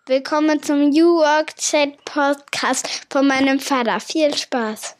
Willkommen zum New Work Chat Podcast von meinem Vater. Viel Spaß!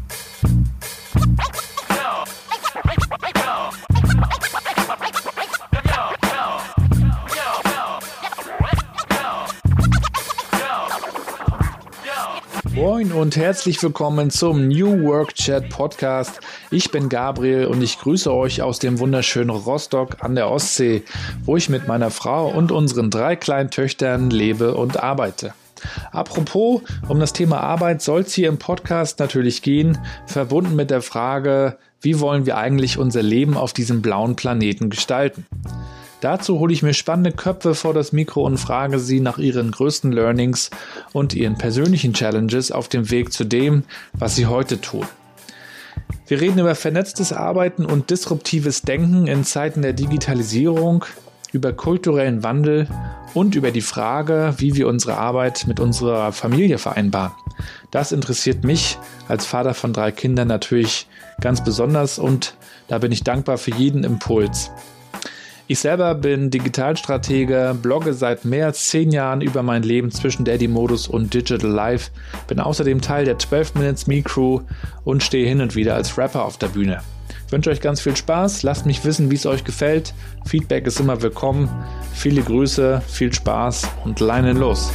Moin und herzlich willkommen zum New Work Chat Podcast. Ich bin Gabriel und ich grüße euch aus dem wunderschönen Rostock an der Ostsee, wo ich mit meiner Frau und unseren 3 kleinen Töchtern lebe und arbeite. Apropos, um das Thema Arbeit soll es hier im Podcast natürlich gehen, verbunden mit der Frage, wie wollen wir eigentlich unser Leben auf diesem blauen Planeten gestalten? Dazu hole ich mir spannende Köpfe vor das Mikro und frage sie nach ihren größten Learnings und ihren persönlichen Challenges auf dem Weg zu dem, was sie heute tun. Wir reden über vernetztes Arbeiten und disruptives Denken in Zeiten der Digitalisierung, über kulturellen Wandel und über die Frage, wie wir unsere Arbeit mit unserer Familie vereinbaren. Das interessiert mich als Vater von 3 Kindern natürlich ganz besonders und da bin ich dankbar für jeden Impuls. Ich selber bin Digitalstratege, blogge seit mehr als 10 Jahren über mein Leben zwischen Daddy-Modus und Digital Life, bin außerdem Teil der 12 Minutes Me Crew und stehe hin und wieder als Rapper auf der Bühne. Ich wünsche euch ganz viel Spaß, lasst mich wissen, wie es euch gefällt. Feedback ist immer willkommen. Viele Grüße, viel Spaß und Leinen los.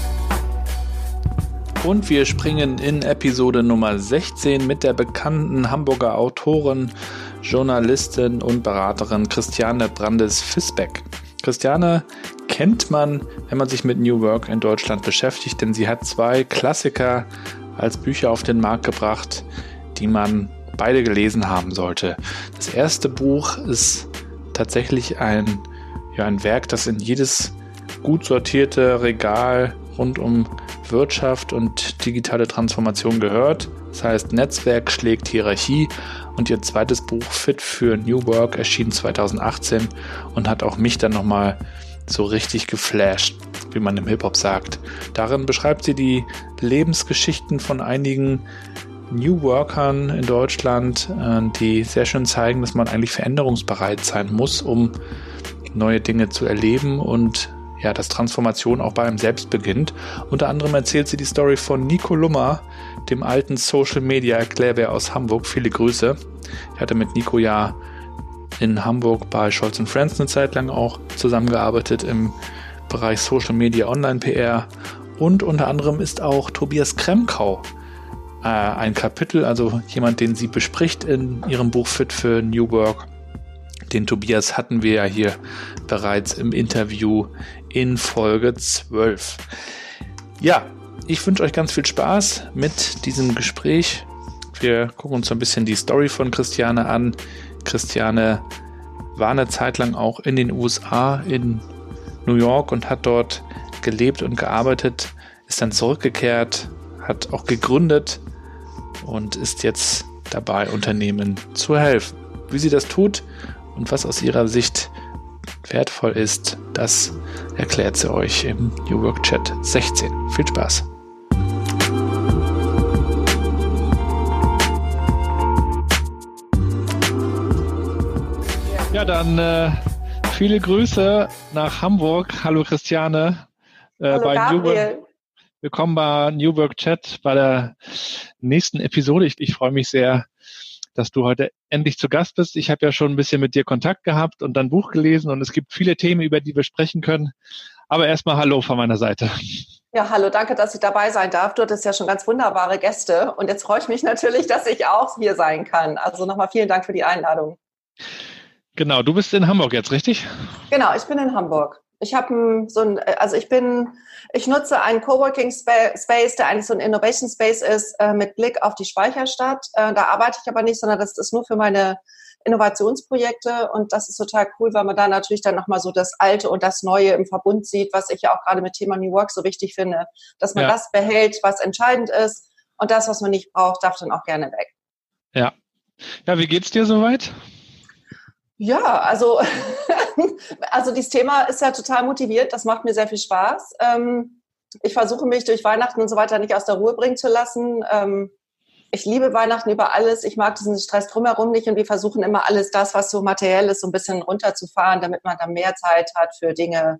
Und wir springen in Episode Nummer 16 mit der bekannten Hamburger Autorin, Journalistin und Beraterin Christiane Brandes-Fisbeck. Christiane kennt man, wenn man sich mit New Work in Deutschland beschäftigt, denn sie hat 2 Klassiker als Bücher auf den Markt gebracht, die man beide gelesen haben sollte. Das erste Buch ist tatsächlich ein Werk, das in jedes gut sortierte Regal rund um Wirtschaft und digitale Transformation gehört. Das heißt, Netzwerk schlägt Hierarchie, und ihr zweites Buch Fit für New Work erschien 2018 und hat auch mich dann nochmal so richtig geflasht, wie man im Hip-Hop sagt. Darin beschreibt sie die Lebensgeschichten von einigen New Workern in Deutschland, die sehr schön zeigen, dass man eigentlich veränderungsbereit sein muss, um neue Dinge zu erleben und dass Transformation auch bei einem selbst beginnt. Unter anderem erzählt sie die Story von Nico Lummer, dem alten Social-Media-Erklärbär aus Hamburg. Viele Grüße. Ich hatte mit Nico ja in Hamburg bei Scholz & Friends eine Zeit lang auch zusammengearbeitet im Bereich Social-Media, Online-PR. Und unter anderem ist auch Tobias Kremkau ein Kapitel, also jemand, den sie bespricht in ihrem Buch Fit für New Work. Den Tobias hatten wir ja hier bereits im Interview in Folge 12. Ja, ich wünsche euch ganz viel Spaß mit diesem Gespräch. Wir gucken uns so ein bisschen die Story von Christiane an. Christiane war eine Zeit lang auch in den USA, in New York, und hat dort gelebt und gearbeitet, ist dann zurückgekehrt, hat auch gegründet und ist jetzt dabei, Unternehmen zu helfen. Wie sie das tut und was aus ihrer Sicht wertvoll ist, das erklärt sie euch im New Work Chat 16. Viel Spaß! Ja, dann viele Grüße nach Hamburg. Hallo Christiane. Hallo bei Gabriel. New Work. Willkommen bei New Work Chat, bei der nächsten Episode. Ich freue mich sehr, dass du heute endlich zu Gast bist. Ich habe ja schon ein bisschen mit dir Kontakt gehabt und dein Buch gelesen, und es gibt viele Themen, über die wir sprechen können. Aber erstmal Hallo von meiner Seite. Ja, hallo, danke, dass ich dabei sein darf. Du hattest ja schon ganz wunderbare Gäste, und jetzt freue ich mich natürlich, dass ich auch hier sein kann. Also nochmal vielen Dank für die Einladung. Genau, du bist in Hamburg jetzt, richtig? Genau, ich bin in Hamburg. Ich habe ich nutze einen Coworking Space, der eigentlich so ein Innovation Space ist, mit Blick auf die Speicherstadt. Da arbeite ich aber nicht, sondern das ist nur für meine Innovationsprojekte, und das ist total cool, weil man da natürlich dann nochmal so das Alte und das Neue im Verbund sieht, was ich ja auch gerade mit Thema New Work so wichtig finde, dass man das behält, was entscheidend ist, und das, was man nicht braucht, darf dann auch gerne weg. Ja. Ja, wie geht's dir soweit? Ja, also dieses Thema ist ja total motiviert. Das macht mir sehr viel Spaß. Ich versuche mich durch Weihnachten und so weiter nicht aus der Ruhe bringen zu lassen. Ich liebe Weihnachten über alles. Ich mag diesen Stress drumherum nicht, und wir versuchen immer alles das, was so materiell ist, so ein bisschen runterzufahren, damit man dann mehr Zeit hat für Dinge,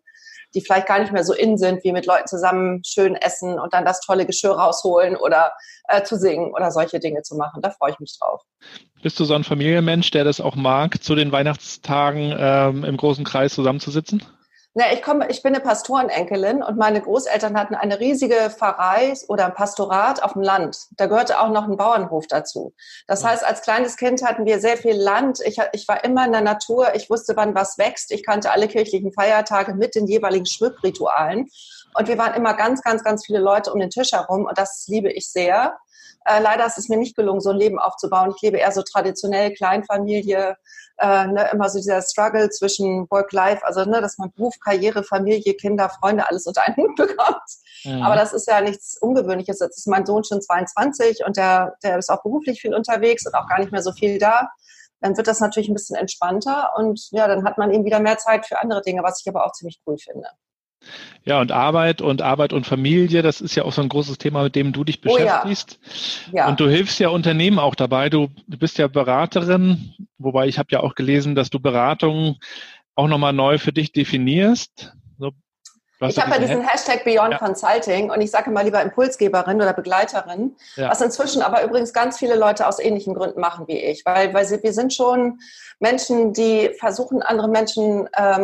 die vielleicht gar nicht mehr so in sind, wie mit Leuten zusammen schön essen und dann das tolle Geschirr rausholen oder zu singen oder solche Dinge zu machen. Da freue ich mich drauf. Bist du so ein Familienmensch, der das auch mag, zu den Weihnachtstagen im großen Kreis zusammenzusitzen? Na, ich bin eine Pastorenenkelin und meine Großeltern hatten eine riesige Pfarrei oder ein Pastorat auf dem Land. Da gehörte auch noch ein Bauernhof dazu. Das heißt, als kleines Kind hatten wir sehr viel Land. Ich war immer in der Natur. Ich wusste, wann was wächst. Ich kannte alle kirchlichen Feiertage mit den jeweiligen Schmückritualen. Und wir waren immer ganz, ganz, ganz viele Leute um den Tisch herum. Und das liebe ich sehr. Leider ist es mir nicht gelungen, so ein Leben aufzubauen. Ich lebe eher so traditionell, Kleinfamilie, immer so dieser Struggle zwischen Work-Life, also dass man Beruf, Karriere, Familie, Kinder, Freunde, alles unter einen Hut bekommt. Mhm. Aber das ist ja nichts Ungewöhnliches. Jetzt ist mein Sohn schon 22 und der ist auch beruflich viel unterwegs und auch gar nicht mehr so viel da. Dann wird das natürlich ein bisschen entspannter und ja, dann hat man eben wieder mehr Zeit für andere Dinge, was ich aber auch ziemlich cool finde. Ja, und Arbeit und Familie, das ist ja auch so ein großes Thema, mit dem du dich beschäftigst. Ja. Und du hilfst ja Unternehmen auch dabei. Du bist ja Beraterin, wobei ich habe ja auch gelesen, dass du Beratung auch nochmal neu für dich definierst. Ich habe ja diesen Hashtag Beyond Consulting und ich sage mal lieber Impulsgeberin oder Begleiterin, was inzwischen aber übrigens ganz viele Leute aus ähnlichen Gründen machen wie ich, weil wir sind schon Menschen, die versuchen, andere Menschen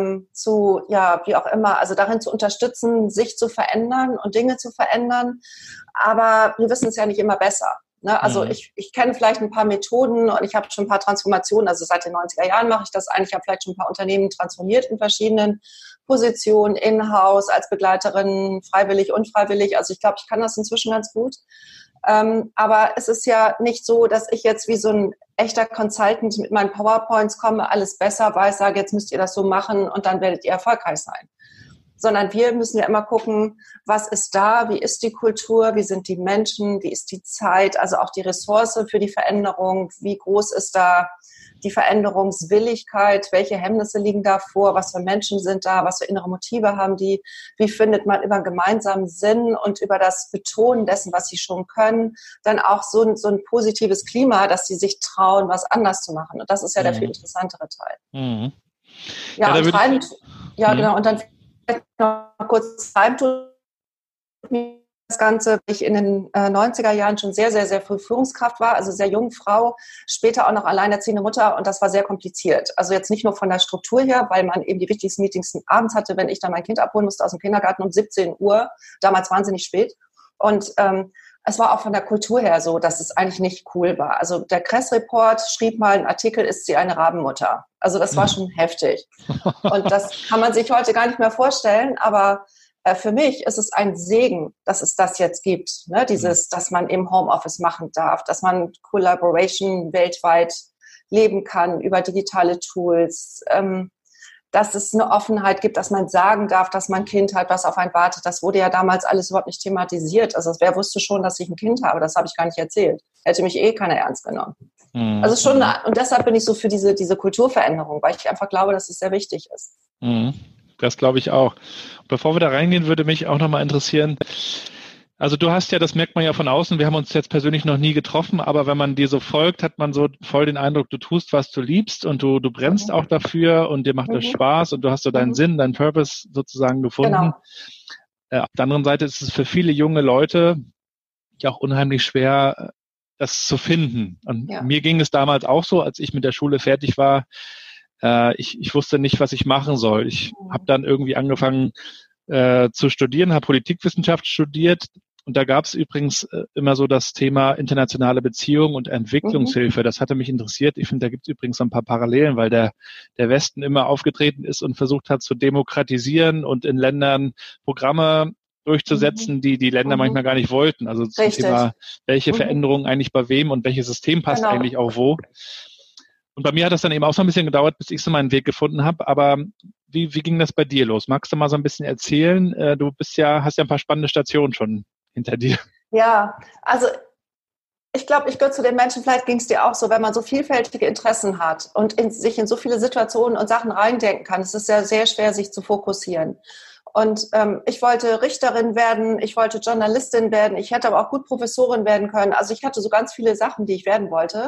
wie auch immer, also darin zu unterstützen, sich zu verändern und Dinge zu verändern, aber wir wissen es ja nicht immer besser. Ne? Also ich kenne vielleicht ein paar Methoden und ich habe schon ein paar Transformationen, also seit den 90er Jahren mache ich das eigentlich, ich habe vielleicht schon ein paar Unternehmen transformiert in verschiedenen Positionen, in-house, als Begleiterin, freiwillig, unfreiwillig. Also ich glaube, ich kann das inzwischen ganz gut. Aber es ist ja nicht so, dass ich jetzt wie so ein echter Consultant mit meinen PowerPoints komme, alles besser weiß, sage, jetzt müsst ihr das so machen und dann werdet ihr erfolgreich sein. Sondern wir müssen ja immer gucken, was ist da, wie ist die Kultur, wie sind die Menschen, wie ist die Zeit, also auch die Ressource für die Veränderung, wie groß ist da die Veränderungswilligkeit, welche Hemmnisse liegen da vor, was für Menschen sind da, was für innere Motive haben die, wie findet man über einen gemeinsamen Sinn und über das Betonen dessen, was sie schon können, dann auch so ein positives Klima, dass sie sich trauen, was anders zu machen. Und das ist ja der viel interessantere Teil. Mhm. Ja, und Treiben, genau, und dann noch kurz Treiben tut mir das Ganze, weil ich in den 90er Jahren schon sehr, sehr, sehr früh Führungskraft war, also sehr junge Frau, später auch noch alleinerziehende Mutter und das war sehr kompliziert. Also jetzt nicht nur von der Struktur her, weil man eben die wichtigsten Meetings abends hatte, wenn ich dann mein Kind abholen musste aus dem Kindergarten um 17 Uhr, damals wahnsinnig spät. Und es war auch von der Kultur her so, dass es eigentlich nicht cool war. Also der Kress-Report schrieb mal einen Artikel, ist sie eine Rabenmutter? Also das war schon heftig. Und das kann man sich heute gar nicht mehr vorstellen, aber für mich ist es ein Segen, dass es das jetzt gibt, ne? Dass man im Homeoffice machen darf, dass man Collaboration weltweit leben kann über digitale Tools, dass es eine Offenheit gibt, dass man sagen darf, dass man ein Kind hat, was auf einen wartet. Das wurde ja damals alles überhaupt nicht thematisiert. Also wer wusste schon, dass ich ein Kind habe? Das habe ich gar nicht erzählt. Hätte mich keiner ernst genommen. Mhm. Also schon, und deshalb bin ich so für diese Kulturveränderung, weil ich einfach glaube, dass es sehr wichtig ist. Mhm. Das glaube ich auch. Bevor wir da reingehen, würde mich auch nochmal interessieren, also du hast ja, das merkt man ja von außen, wir haben uns jetzt persönlich noch nie getroffen, aber wenn man dir so folgt, hat man so voll den Eindruck, du tust, was du liebst und du brennst auch dafür und dir macht das Spaß und du hast so deinen Sinn, deinen Purpose sozusagen gefunden. Genau. Auf der anderen Seite ist es für viele junge Leute ja auch unheimlich schwer, das zu finden. Und mir ging es damals auch so, als ich mit der Schule fertig war, ich wusste nicht, was ich machen soll. Ich habe dann irgendwie angefangen zu studieren, habe Politikwissenschaft studiert und da gab es übrigens immer so das Thema internationale Beziehungen und Entwicklungshilfe. Das hatte mich interessiert. Ich finde, da gibt es übrigens so ein paar Parallelen, weil der Westen immer aufgetreten ist und versucht hat zu demokratisieren und in Ländern Programme durchzusetzen, die Länder manchmal gar nicht wollten. Also zum Thema, welche Veränderungen eigentlich bei wem und welches System passt eigentlich auch wo. Und bei mir hat das dann eben auch so ein bisschen gedauert, bis ich so meinen Weg gefunden habe. Aber wie ging das bei dir los? Magst du mal so ein bisschen erzählen? Du hast ja ein paar spannende Stationen schon hinter dir. Ja, also ich glaube, ich gehöre zu den Menschen, vielleicht ging es dir auch so, wenn man so vielfältige Interessen hat und sich in so viele Situationen und Sachen reindenken kann, es ist ja sehr schwer, sich zu fokussieren. Und ich wollte Richterin werden, ich wollte Journalistin werden, ich hätte aber auch gut Professorin werden können. Also ich hatte so ganz viele Sachen, die ich werden wollte.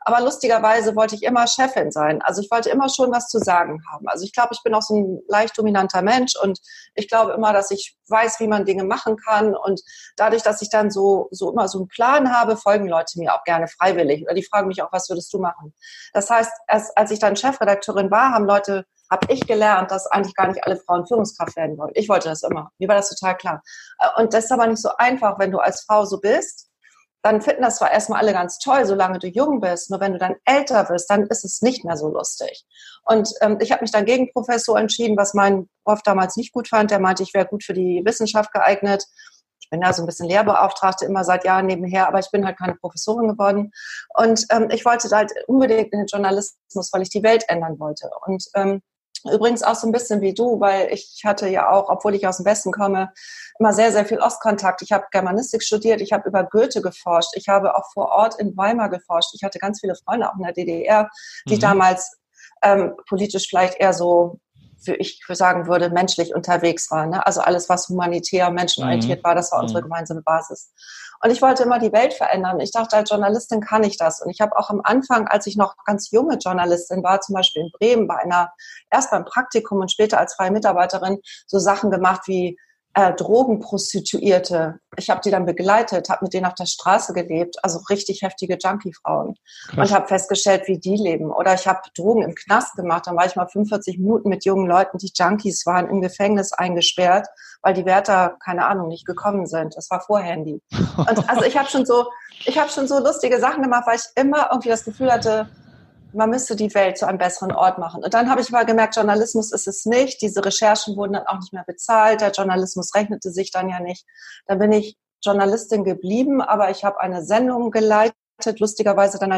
Aber lustigerweise wollte ich immer Chefin sein. Also ich wollte immer schon was zu sagen haben. Also ich glaube, ich bin auch so ein leicht dominanter Mensch und ich glaube immer, dass ich weiß, wie man Dinge machen kann. Und dadurch, dass ich dann so immer so einen Plan habe, folgen Leute mir auch gerne freiwillig. Oder die fragen mich auch, was würdest du machen? Das heißt, erst als ich dann Chefredakteurin war, habe ich gelernt, dass eigentlich gar nicht alle Frauen Führungskraft werden wollen. Ich wollte das immer. Mir war das total klar. Und das ist aber nicht so einfach, wenn du als Frau so bist. Dann finden das zwar erstmal alle ganz toll, solange du jung bist. Nur wenn du dann älter wirst, dann ist es nicht mehr so lustig. Und ich habe mich dann gegen Professor entschieden, was mein Prof damals nicht gut fand. Der meinte, ich wäre gut für die Wissenschaft geeignet. Ich bin ja so ein bisschen Lehrbeauftragte immer seit Jahren nebenher, aber ich bin halt keine Professorin geworden. Und ich wollte halt unbedingt in den Journalismus, weil ich die Welt ändern wollte. Und übrigens auch so ein bisschen wie du, weil ich hatte ja auch, obwohl ich aus dem Westen komme, immer sehr, sehr viel Ostkontakt. Ich habe Germanistik studiert, ich habe über Goethe geforscht, ich habe auch vor Ort in Weimar geforscht. Ich hatte ganz viele Freunde auch in der DDR, die damals politisch vielleicht eher so, wie ich sagen würde, menschlich unterwegs waren. Ne? Also alles, was humanitär, menschenorientiert war, das war unsere gemeinsame Basis. Und ich wollte immer die Welt verändern. Ich dachte, als Journalistin kann ich das. Und ich habe auch am Anfang, als ich noch ganz junge Journalistin war, zum Beispiel in Bremen, erst beim Praktikum und später als freie Mitarbeiterin, so Sachen gemacht wie Drogenprostituierte. Ich habe die dann begleitet, habe mit denen auf der Straße gelebt, also richtig heftige Junkie-Frauen. Und habe festgestellt, wie die leben. Oder ich habe Drogen im Knast gemacht. Dann war ich mal 45 Minuten mit jungen Leuten, die Junkies waren, im Gefängnis eingesperrt, weil die Wärter, keine Ahnung, nicht gekommen sind. Das war vor Handy. Und also ich habe schon so lustige Sachen gemacht, weil ich immer irgendwie das Gefühl hatte, man müsste die Welt zu einem besseren Ort machen. Und dann habe ich mal gemerkt, Journalismus ist es nicht. Diese Recherchen wurden dann auch nicht mehr bezahlt. Der Journalismus rechnete sich dann ja nicht. Dann bin ich Journalistin geblieben, aber ich habe eine Sendung geleitet, lustigerweise dann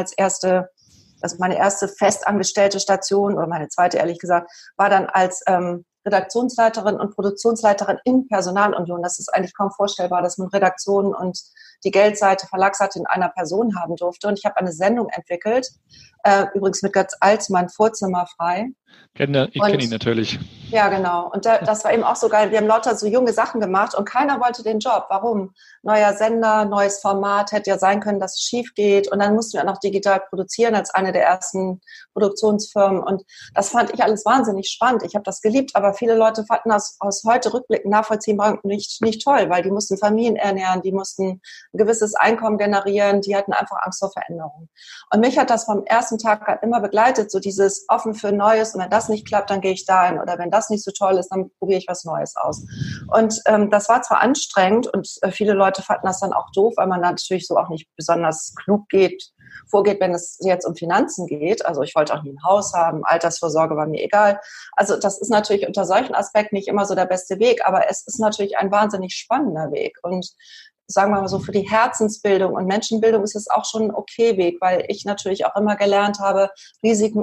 also meine erste festangestellte Station, oder meine zweite, ehrlich gesagt, war dann als Redaktionsleiterin und Produktionsleiterin in Personalunion. Das ist eigentlich kaum vorstellbar, dass man Redaktionen und die Geldseite, Verlagsseite in einer Person haben durfte. Und ich habe eine Sendung entwickelt, übrigens mit Götz Alsmann, Vorzimmerfrei. Ich kenne ihn natürlich. Ja, genau. Und das war eben auch so geil. Wir haben lauter so junge Sachen gemacht und keiner wollte den Job. Warum? Neuer Sender, neues Format, hätte ja sein können, dass es schief geht. Und dann mussten wir auch noch digital produzieren als eine der ersten Produktionsfirmen. Und das fand ich alles wahnsinnig spannend. Ich habe das geliebt, aber viele Leute fanden das aus heute rückblickend nachvollziehbar nicht toll, weil die mussten Familien ernähren, die mussten ein gewisses Einkommen generieren, die hatten einfach Angst vor Veränderungen. Und mich hat das vom ersten Tag an immer begleitet, so dieses offen für Neues. Und wenn das nicht klappt, dann gehe ich dahin. Oder wenn das nicht so toll ist, dann probiere ich was Neues aus. Und das war zwar anstrengend und viele Leute fanden das dann auch doof, weil man natürlich so auch nicht besonders klug vorgeht, wenn es jetzt um Finanzen geht. Also ich wollte auch nie ein Haus haben, Altersvorsorge war mir egal. Also das ist natürlich unter solchen Aspekten nicht immer so der beste Weg, aber es ist natürlich ein wahnsinnig spannender Weg. Und sagen wir mal so, für die Herzensbildung und Menschenbildung ist es auch schon ein okay Weg, weil ich natürlich auch immer gelernt habe, Risiken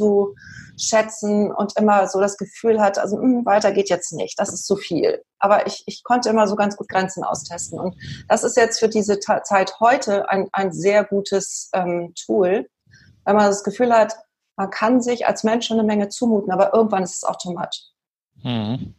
einzuschätzen und immer so das Gefühl hatte, also weiter geht jetzt nicht, das ist zu viel. Aber ich konnte immer so ganz gut Grenzen austesten. Und das ist jetzt für diese Zeit heute ein sehr gutes Tool, weil man das Gefühl hat, man kann sich als Mensch schon eine Menge zumuten, aber irgendwann ist es auch too much. Mhm.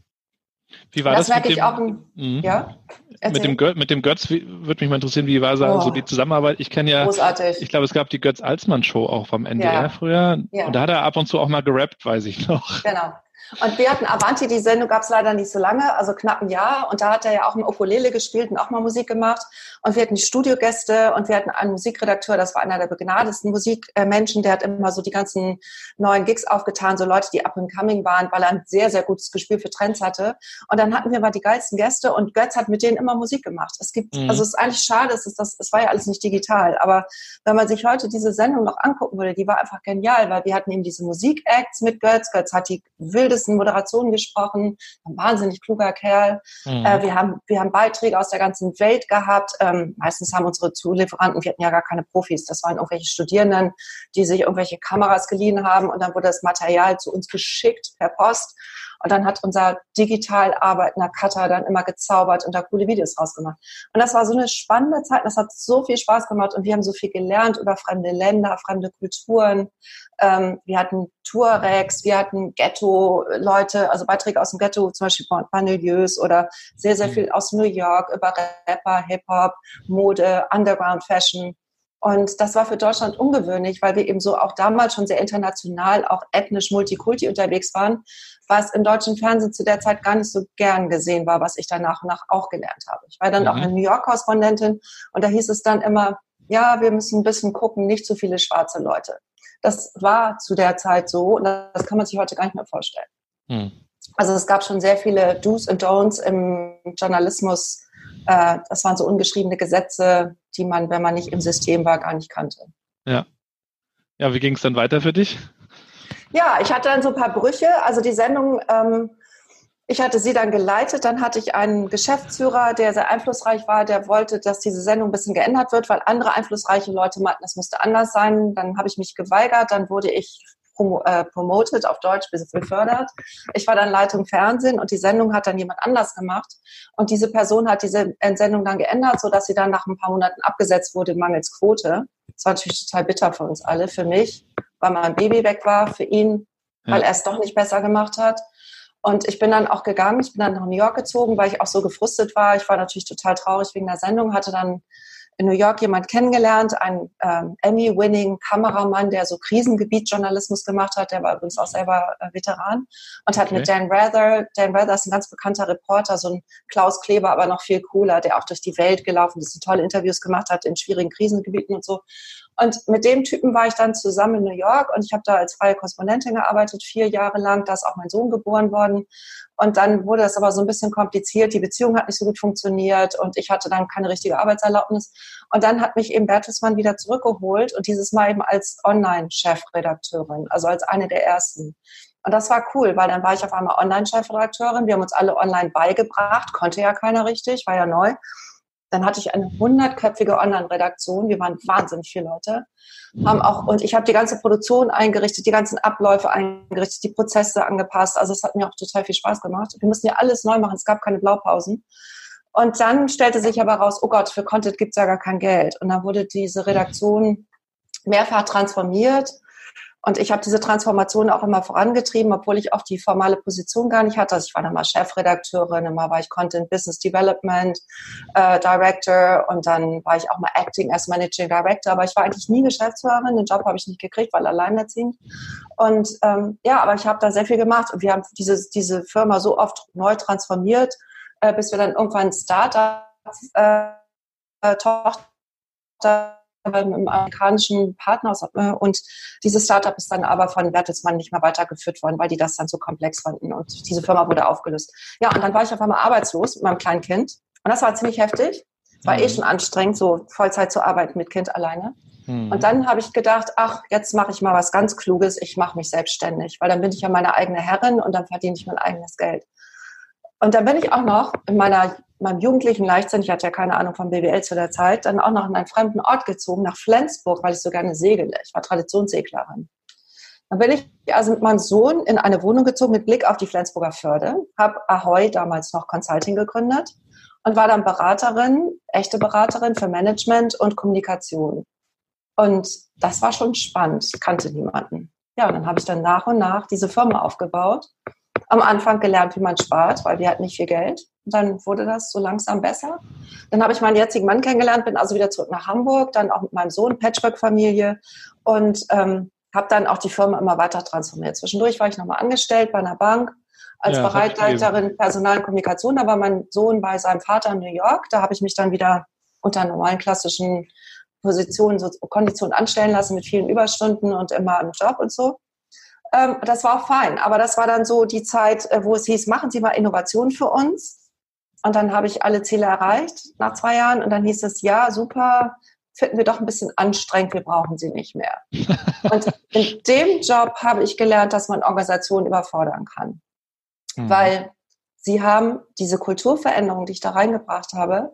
Wie war das merke mit ich dem, auch. Ja? Mit dem Götz, würde mich mal interessieren, wie war so die Zusammenarbeit? Ich kenne ja, großartig. Ich glaube, es gab die Götz-Alsmann-Show auch vom NDR früher. Ja. Und da hat er ab und zu auch mal gerappt, weiß ich noch. Genau. Und wir hatten Avanti, die Sendung gab es leider nicht so lange, also knapp ein Jahr. Und da hat er ja auch im Ukulele gespielt und auch mal Musik gemacht. Und wir hatten die Studiogäste und wir hatten einen Musikredakteur, das war einer der begnadetsten Musikmenschen, der hat immer so die ganzen neuen Gigs aufgetan, so Leute, die up and coming waren, weil er ein sehr, sehr gutes Gespür für Trends hatte. Und dann hatten wir mal die geilsten Gäste und Götz hat mit denen immer Musik gemacht. Also es ist eigentlich schade, es war ja alles nicht digital. Aber wenn man sich heute diese Sendung noch angucken würde, die war einfach genial, weil wir hatten eben diese Musik-Acts mit Götz. Götz hat die wildesten Moderationen gesprochen, ein wahnsinnig kluger Kerl. Wir haben Beiträge aus der ganzen Welt gehabt. Meistens haben unsere Zulieferanten, wir hatten ja gar keine Profis, das waren irgendwelche Studierenden, die sich irgendwelche Kameras geliehen haben und dann wurde das Material zu uns geschickt per Post. Und dann hat unser digital arbeitender Cutter dann immer gezaubert und da coole Videos rausgemacht. Und das war so eine spannende Zeit. Das hat so viel Spaß gemacht und wir haben so viel gelernt über fremde Länder, fremde Kulturen. Wir hatten Tuaregs, wir hatten Ghetto-Leute, also Beiträge aus dem Ghetto, zum Beispiel Banlieues oder sehr, sehr viel aus New York über Rapper, Hip-Hop, Mode, Underground-Fashion. Und das war für Deutschland ungewöhnlich, weil wir eben so auch damals schon sehr international, auch ethnisch Multikulti unterwegs waren, was im deutschen Fernsehen zu der Zeit gar nicht so gern gesehen war, was ich dann nach und nach auch gelernt habe. Ich war dann auch eine New York-Korrespondentin und da hieß es dann immer, ja, wir müssen ein bisschen gucken, nicht zu viele schwarze Leute. Das war zu der Zeit so und das kann man sich heute gar nicht mehr vorstellen. Also es gab schon sehr viele Do's und Don'ts im Journalismus. Das waren so ungeschriebene Gesetze, die man, wenn man nicht im System war, gar nicht kannte. Ja. Ja, wie ging es dann weiter für dich? Ja, ich hatte dann so ein paar Brüche. Also die Sendung, ich hatte sie dann geleitet. Dann hatte ich einen Geschäftsführer, der sehr einflussreich war, der wollte, dass diese Sendung ein bisschen geändert wird, weil andere einflussreiche Leute meinten, das müsste anders sein. Dann habe ich mich geweigert. Dann wurde ich promoted, auf Deutsch befördert. Ich war dann Leitung Fernsehen und die Sendung hat dann jemand anders gemacht. Und diese Person hat diese Sendung dann geändert, sodass sie dann nach ein paar Monaten abgesetzt wurde, mangels Quote. Das war natürlich total bitter für uns alle, für mich, weil mein Baby weg war, für ihn, weil er es doch nicht besser gemacht hat. Und ich bin dann auch gegangen, ich bin dann nach New York gezogen, weil ich auch so gefrustet war. Ich war natürlich total traurig wegen der Sendung, hatte dann in New York jemand kennengelernt, einen Emmy-winning Kameramann, der so Krisengebietjournalismus gemacht hat. Der war übrigens auch selber Veteran und hat mit Dan Rather ist ein ganz bekannter Reporter, so ein Klaus Kleber, aber noch viel cooler, der auch durch die Welt gelaufen ist, tolle Interviews gemacht hat in schwierigen Krisengebieten und so. Und mit dem Typen war ich dann zusammen in New York und ich habe da als freie Korrespondentin gearbeitet, 4 Jahre lang. Da ist auch mein Sohn geboren worden. Und dann wurde das aber so ein bisschen kompliziert. Die Beziehung hat nicht so gut funktioniert und ich hatte dann keine richtige Arbeitserlaubnis. Und dann hat mich eben Bertelsmann wieder zurückgeholt und dieses Mal eben als Online-Chefredakteurin, also als eine der ersten. Und das war cool, weil dann war ich auf einmal Online-Chefredakteurin. Wir haben uns alle online beigebracht, konnte ja keiner richtig, war ja neu. Dann hatte ich eine 100-köpfige Online-Redaktion. Wir waren wahnsinnig viele Leute. Und ich habe die ganze Produktion eingerichtet, die ganzen Abläufe eingerichtet, die Prozesse angepasst. Also es hat mir auch total viel Spaß gemacht. Wir mussten ja alles neu machen. Es gab keine Blaupausen. Und dann stellte sich aber raus, oh Gott, für Content gibt's ja gar kein Geld. Und dann wurde diese Redaktion mehrfach transformiert. Und ich habe diese Transformation auch immer vorangetrieben, obwohl ich auch die formale Position gar nicht hatte. Also ich war dann mal Chefredakteurin, mal war ich Content Business Development Director und dann war ich auch mal Acting as Managing Director. Aber ich war eigentlich nie Geschäftsführerin. Den Job habe ich nicht gekriegt, weil alleinerziehend. Und aber ich habe da sehr viel gemacht. Und wir haben diese Firma so oft neu transformiert, bis wir dann irgendwann Startup Tochter mit einem amerikanischen Partner und dieses Startup ist dann aber von Bertelsmann nicht mehr weitergeführt worden, weil die das dann so komplex fanden und diese Firma wurde aufgelöst. Ja, und dann war ich auf einmal arbeitslos mit meinem kleinen Kind und das war ziemlich heftig. Es war schon anstrengend, so Vollzeit zu arbeiten mit Kind alleine. Und dann habe ich gedacht, ach, jetzt mache ich mal was ganz Kluges, ich mache mich selbstständig, weil dann bin ich ja meine eigene Herrin und dann verdiene ich mein eigenes Geld. Und dann bin ich auch noch in meinem jugendlichen Leichtsinn, ich hatte ja keine Ahnung von BWL zu der Zeit, dann auch noch in einen fremden Ort gezogen, nach Flensburg, weil ich so gerne segele. Ich war Traditionsseglerin. Dann bin ich also mit meinem Sohn in eine Wohnung gezogen mit Blick auf die Flensburger Förde, habe Ahoy damals noch Consulting gegründet und war dann echte Beraterin für Management und Kommunikation. Und das war schon spannend, ich kannte niemanden. Ja, und dann habe ich dann nach und nach diese Firma aufgebaut. Am Anfang gelernt, wie man spart, weil wir hatten nicht viel Geld. Und dann wurde das so langsam besser. Dann habe ich meinen jetzigen Mann kennengelernt, bin also wieder zurück nach Hamburg, dann auch mit meinem Sohn, Patchwork-Familie und habe dann auch die Firma immer weiter transformiert. Zwischendurch war ich nochmal angestellt bei einer Bank als Bereichsleiterin Personal- und Kommunikation. Da war mein Sohn bei seinem Vater in New York. Da habe ich mich dann wieder unter normalen klassischen Positionen, so Konditionen anstellen lassen mit vielen Überstunden und immer im Job und so. Das war auch fein, aber das war dann so die Zeit, wo es hieß, machen Sie mal Innovation für uns. Und dann habe ich alle Ziele erreicht nach 2 Jahren und dann hieß es, ja, super, finden wir doch ein bisschen anstrengend, wir brauchen Sie nicht mehr. Und in dem Job habe ich gelernt, dass man Organisationen überfordern kann. Weil sie haben diese Kulturveränderung, die ich da reingebracht habe,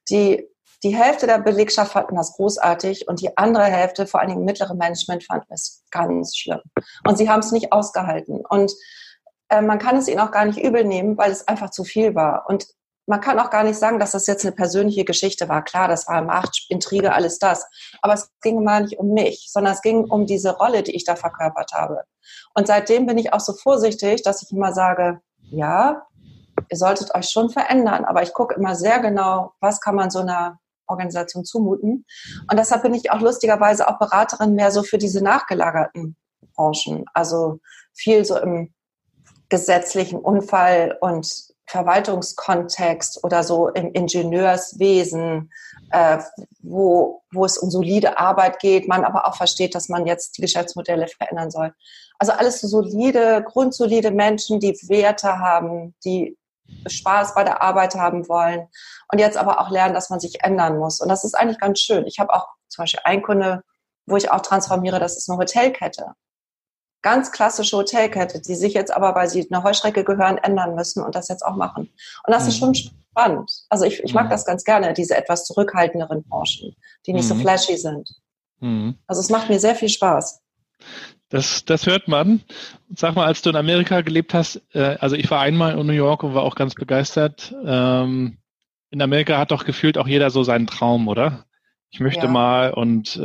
die Hälfte der Belegschaft fanden das großartig und die andere Hälfte, vor allen Dingen mittlere Management, fanden es ganz schlimm. Und sie haben es nicht ausgehalten. Und man kann es ihnen auch gar nicht übel nehmen, weil es einfach zu viel war. Und man kann auch gar nicht sagen, dass das jetzt eine persönliche Geschichte war. Klar, das war Macht, Intrige, alles das. Aber es ging mal nicht um mich, sondern es ging um diese Rolle, die ich da verkörpert habe. Und seitdem bin ich auch so vorsichtig, dass ich immer sage, ja, ihr solltet euch schon verändern. Aber ich gucke immer sehr genau, was kann man so einer Organisation zumuten. Und deshalb bin ich auch lustigerweise auch Beraterin mehr so für diese nachgelagerten Branchen. Also viel so im gesetzlichen Unfall- und Verwaltungskontext oder so im Ingenieurswesen, wo es um solide Arbeit geht, man aber auch versteht, dass man jetzt die Geschäftsmodelle verändern soll. Also alles so solide, grundsolide Menschen, die Werte haben, die Spaß bei der Arbeit haben wollen und jetzt aber auch lernen, dass man sich ändern muss. Und das ist eigentlich ganz schön. Ich habe auch zum Beispiel einen Kunde, wo ich auch transformiere, das ist eine Hotelkette. Ganz klassische Hotelkette, die sich jetzt aber, weil sie eine Heuschrecke gehören, ändern müssen und das jetzt auch machen. Und das ist schon spannend. Also ich mag das ganz gerne, diese etwas zurückhaltenderen Branchen, die nicht so flashy sind. Also es macht mir sehr viel Spaß. Das hört man. Sag mal, als du in Amerika gelebt hast, also ich war einmal in New York und war auch ganz begeistert. In Amerika hat doch gefühlt auch jeder so seinen Traum, oder? Ich möchte mal und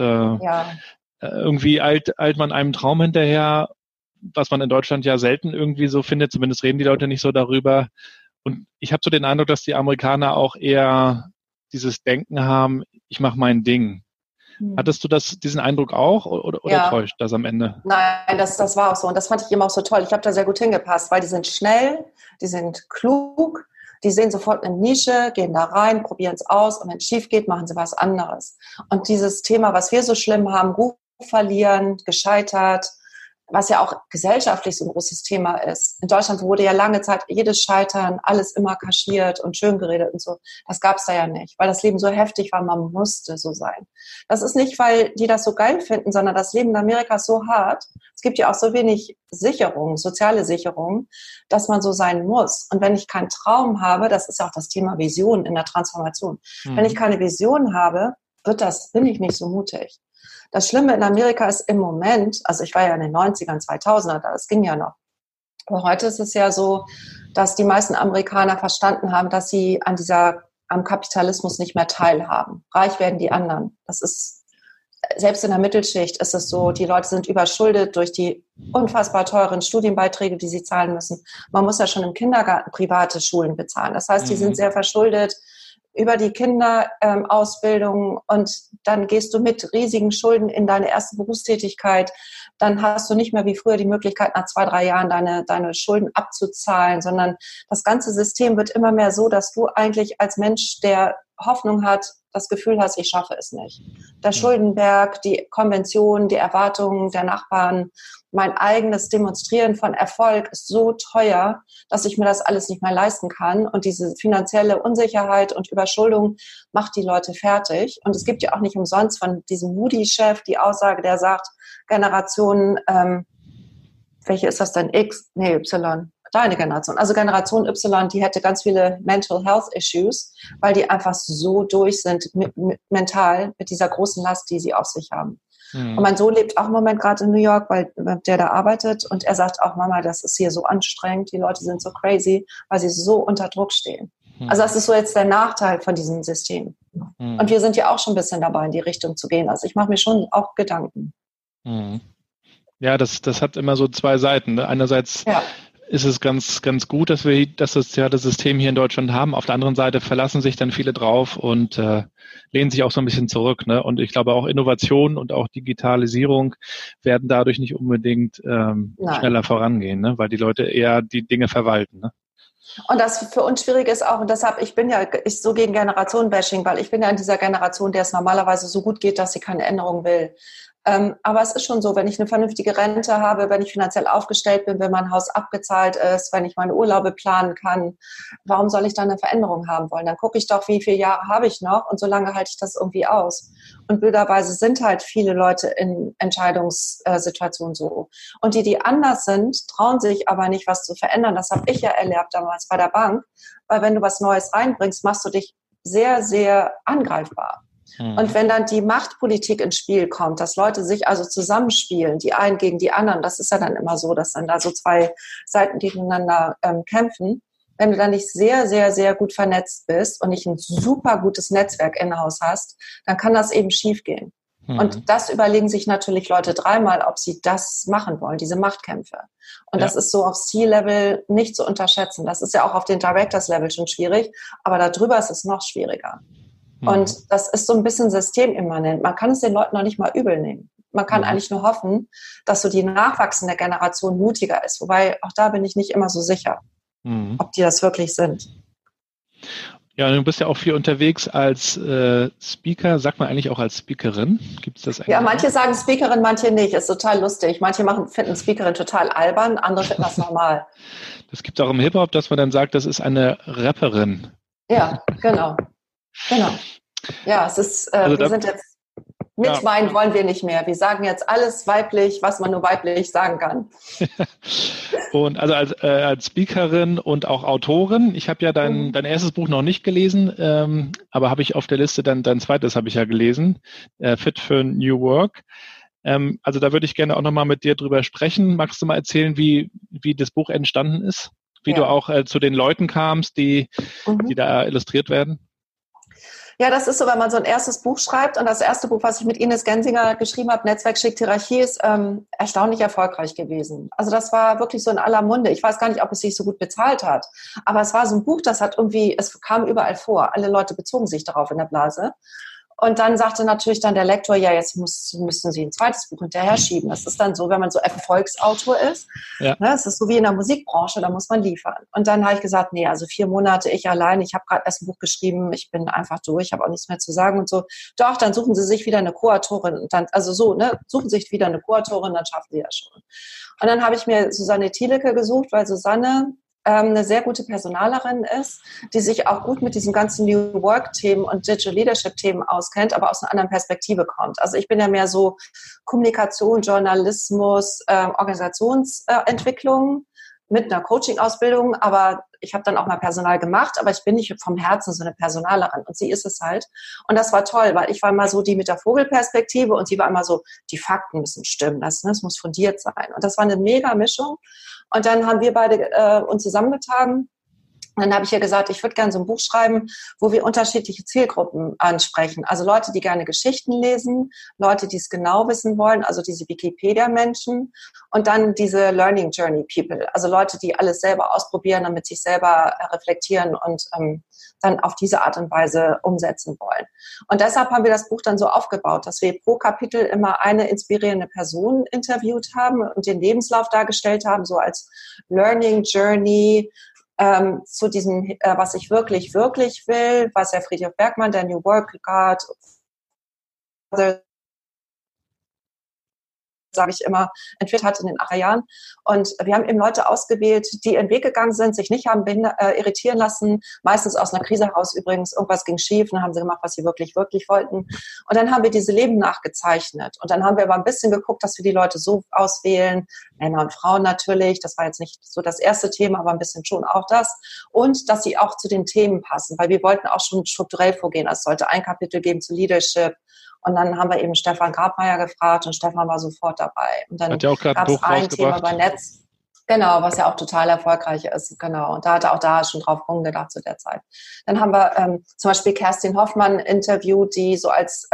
irgendwie eilt man einem Traum hinterher, was man in Deutschland ja selten irgendwie so findet. Zumindest reden die Leute nicht so darüber. Und ich habe so den Eindruck, dass die Amerikaner auch eher dieses Denken haben, ich mache mein Ding. Hattest du diesen Eindruck auch oder täuscht das am Ende? Nein, das war auch so. Und das fand ich immer auch so toll. Ich habe da sehr gut hingepasst, weil die sind schnell, die sind klug, die sehen sofort eine Nische, gehen da rein, probieren es aus und wenn es schief geht, machen sie was anderes. Und dieses Thema, was wir so schlimm haben, Ruf verlieren, gescheitert, was ja auch gesellschaftlich so ein großes Thema ist. In Deutschland wurde ja lange Zeit jedes Scheitern, alles immer kaschiert und schön geredet und so. Das gab es da ja nicht, weil das Leben so heftig war, man musste so sein. Das ist nicht, weil die das so geil finden, sondern das Leben in Amerika ist so hart. Es gibt ja auch so wenig Sicherung, soziale Sicherung, dass man so sein muss. Und wenn ich keinen Traum habe, das ist ja auch das Thema Vision in der Transformation. Wenn ich keine Vision habe, bin ich nicht so mutig. Das Schlimme in Amerika ist im Moment, also ich war ja in den 90ern, 2000er, das ging ja noch. Aber heute ist es ja so, dass die meisten Amerikaner verstanden haben, dass sie am Kapitalismus nicht mehr teilhaben. Reich werden die anderen. Das ist, selbst in der Mittelschicht ist es so, die Leute sind überschuldet durch die unfassbar teuren Studienbeiträge, die sie zahlen müssen. Man muss ja schon im Kindergarten private Schulen bezahlen. Das heißt, die sind sehr verschuldet über die Kinderausbildung und dann gehst du mit riesigen Schulden in deine erste Berufstätigkeit. Dann hast du nicht mehr wie früher die Möglichkeit, nach 2-3 Jahren deine Schulden abzuzahlen, sondern das ganze System wird immer mehr so, dass du eigentlich als Mensch, der Hoffnung hat, das Gefühl hast, ich schaffe es nicht. Der Schuldenberg, die Konvention, die Erwartungen der Nachbarn, mein eigenes Demonstrieren von Erfolg ist so teuer, dass ich mir das alles nicht mehr leisten kann. Und diese finanzielle Unsicherheit und Überschuldung macht die Leute fertig. Und es gibt ja auch nicht umsonst von diesem Moody-Chef die Aussage, der sagt, Generation, welche ist das denn? Y. Deine Generation. Also Generation Y, die hätte ganz viele Mental Health Issues, weil die einfach so durch sind mental mit dieser großen Last, die sie auf sich haben. Und mein Sohn lebt auch im Moment gerade in New York, weil der da arbeitet und er sagt auch, Mama, das ist hier so anstrengend, die Leute sind so crazy, weil sie so unter Druck stehen. Also das ist so jetzt der Nachteil von diesem System. Und wir sind ja auch schon ein bisschen dabei, in die Richtung zu gehen. Also ich mache mir schon auch Gedanken. Ja, das hat immer so zwei Seiten. Ne? Einerseits ist es ganz, ganz gut, dass wir das soziale System hier in Deutschland haben. Auf der anderen Seite verlassen sich dann viele drauf und lehnen sich auch so ein bisschen zurück. Ne? Und ich glaube auch Innovation und auch Digitalisierung werden dadurch nicht unbedingt schneller vorangehen, ne? Weil die Leute eher die Dinge verwalten. Ne? Und das für uns schwierig ist auch, und deshalb, ich bin so gegen Generation-Bashing, weil ich bin ja in dieser Generation, der es normalerweise so gut geht, dass sie keine Änderung will. Aber es ist schon so, wenn ich eine vernünftige Rente habe, wenn ich finanziell aufgestellt bin, wenn mein Haus abgezahlt ist, wenn ich meine Urlaube planen kann, warum soll ich dann eine Veränderung haben wollen? Dann gucke ich doch, wie viele Jahre habe ich noch und solange halte ich das irgendwie aus. Und blöderweise sind halt viele Leute in Entscheidungssituationen so. Und die anders sind, trauen sich aber nicht, was zu verändern. Das habe ich ja erlebt damals bei der Bank, weil wenn du was Neues reinbringst, machst du dich sehr, sehr angreifbar. Und wenn dann die Machtpolitik ins Spiel kommt, dass Leute sich also zusammenspielen, die einen gegen die anderen, das ist ja dann immer so, dass dann da so zwei Seiten gegeneinander kämpfen. Wenn du dann nicht sehr, sehr, sehr gut vernetzt bist und nicht ein super gutes Netzwerk in-house hast, dann kann das eben schiefgehen. Und das überlegen sich natürlich Leute dreimal, ob sie das machen wollen, diese Machtkämpfe. Und das ist so auf C-Level nicht zu unterschätzen. Das ist ja auch auf den Directors-Level schon schwierig, aber darüber ist es noch schwieriger. Und das ist so ein bisschen systemimmanent. Man kann es den Leuten noch nicht mal übel nehmen. Man kann eigentlich nur hoffen, dass so die nachwachsende Generation mutiger ist. Wobei, auch da bin ich nicht immer so sicher, ob die das wirklich sind. Ja, du bist ja auch viel unterwegs als Speaker. Sagt man eigentlich auch als Speakerin? Gibt es das eigentlich? Ja, manche sagen Speakerin, manche nicht. Ist total lustig. Manche finden Speakerin total albern, andere finden das normal. Das gibt es auch im Hip-Hop, dass man dann sagt, das ist eine Rapperin. Ja, genau. Ja, es ist, wir sind jetzt mitweinen wollen wir nicht mehr. Wir sagen jetzt alles weiblich, was man nur weiblich sagen kann. Und also als Speakerin und auch Autorin, ich habe ja dein erstes Buch noch nicht gelesen, aber habe ich auf der Liste, dein zweites habe ich ja gelesen, Fit for New Work. Also da würde ich gerne auch nochmal mit dir drüber sprechen. Magst du mal erzählen, wie das Buch entstanden ist? Wie du auch zu den Leuten kamst, die da illustriert werden? Ja, das ist so, wenn man so ein erstes Buch schreibt. Und das erste Buch, was ich mit Ines Gensinger geschrieben habe, Netzwerk schickt Hierarchie, ist erstaunlich erfolgreich gewesen. Also das war wirklich so in aller Munde. Ich weiß gar nicht, ob es sich so gut bezahlt hat. Aber es war so ein Buch, es kam überall vor. Alle Leute bezogen sich darauf in der Blase. Und dann sagte natürlich dann der Lektor, ja, jetzt müssen Sie ein zweites Buch hinterher schieben. Das ist dann so, wenn man so Erfolgsautor ist. Ja. Ne, es ist so wie in der Musikbranche, da muss man liefern. Und dann habe ich gesagt, nee, also 4 Monate, ich allein, ich habe gerade erst ein Buch geschrieben, ich bin einfach durch, habe auch nichts mehr zu sagen und so. Doch, dann suchen Sie sich wieder eine Co-Autorin. Und dann, suchen Sie sich wieder eine Co-Autorin, dann schaffen Sie das schon. Und dann habe ich mir Susanne Thielecke gesucht, weil Susanne eine sehr gute Personalerin ist, die sich auch gut mit diesen ganzen New Work-Themen und Digital Leadership-Themen auskennt, aber aus einer anderen Perspektive kommt. Also ich bin ja mehr so Kommunikation, Journalismus, Organisationsentwicklung mit einer Coaching-Ausbildung, aber ich habe dann auch mal Personal gemacht, aber ich bin nicht vom Herzen so eine Personalerin und sie ist es halt. Und das war toll, weil ich war immer so die mit der Vogelperspektive und sie war immer so, die Fakten müssen stimmen, das muss fundiert sein. Und das war eine mega Mischung. Und dann haben wir beide uns zusammengetan. Und dann habe ich ihr gesagt, ich würde gerne so ein Buch schreiben, wo wir unterschiedliche Zielgruppen ansprechen. Also Leute, die gerne Geschichten lesen, Leute, die es genau wissen wollen, also diese Wikipedia-Menschen und dann diese Learning Journey People, also Leute, die alles selber ausprobieren und mit sich selber reflektieren und dann auf diese Art und Weise umsetzen wollen. Und deshalb haben wir das Buch dann so aufgebaut, dass wir pro Kapitel immer eine inspirierende Person interviewt haben und den Lebenslauf dargestellt haben, so als Learning Journey, zu diesem, was ich wirklich, wirklich will, was der Friedrich Bergmann, der New Work Guard, sage ich immer, entwickelt hat in den 80er Jahren. Und wir haben eben Leute ausgewählt, die ihren Weg gegangen sind, sich nicht haben irritieren lassen, meistens aus einer Krise heraus übrigens, irgendwas ging schief, dann haben sie gemacht, was sie wirklich, wirklich wollten. Und dann haben wir diese Leben nachgezeichnet. Und dann haben wir aber ein bisschen geguckt, dass wir die Leute so auswählen, Männer und Frauen natürlich, das war jetzt nicht so das erste Thema, aber ein bisschen schon auch das. Und dass sie auch zu den Themen passen, weil wir wollten auch schon strukturell vorgehen. Es sollte ein Kapitel geben zu Leadership. Und dann haben wir eben Stefan Grabmeier gefragt und Stefan war sofort dabei. Und dann gab es ein Thema über Netz, genau, was ja auch total erfolgreich ist, genau. Und da hat er auch da schon drauf rumgedacht zu der Zeit. Dann haben wir zum Beispiel Kerstin Hoffmann interviewt, die so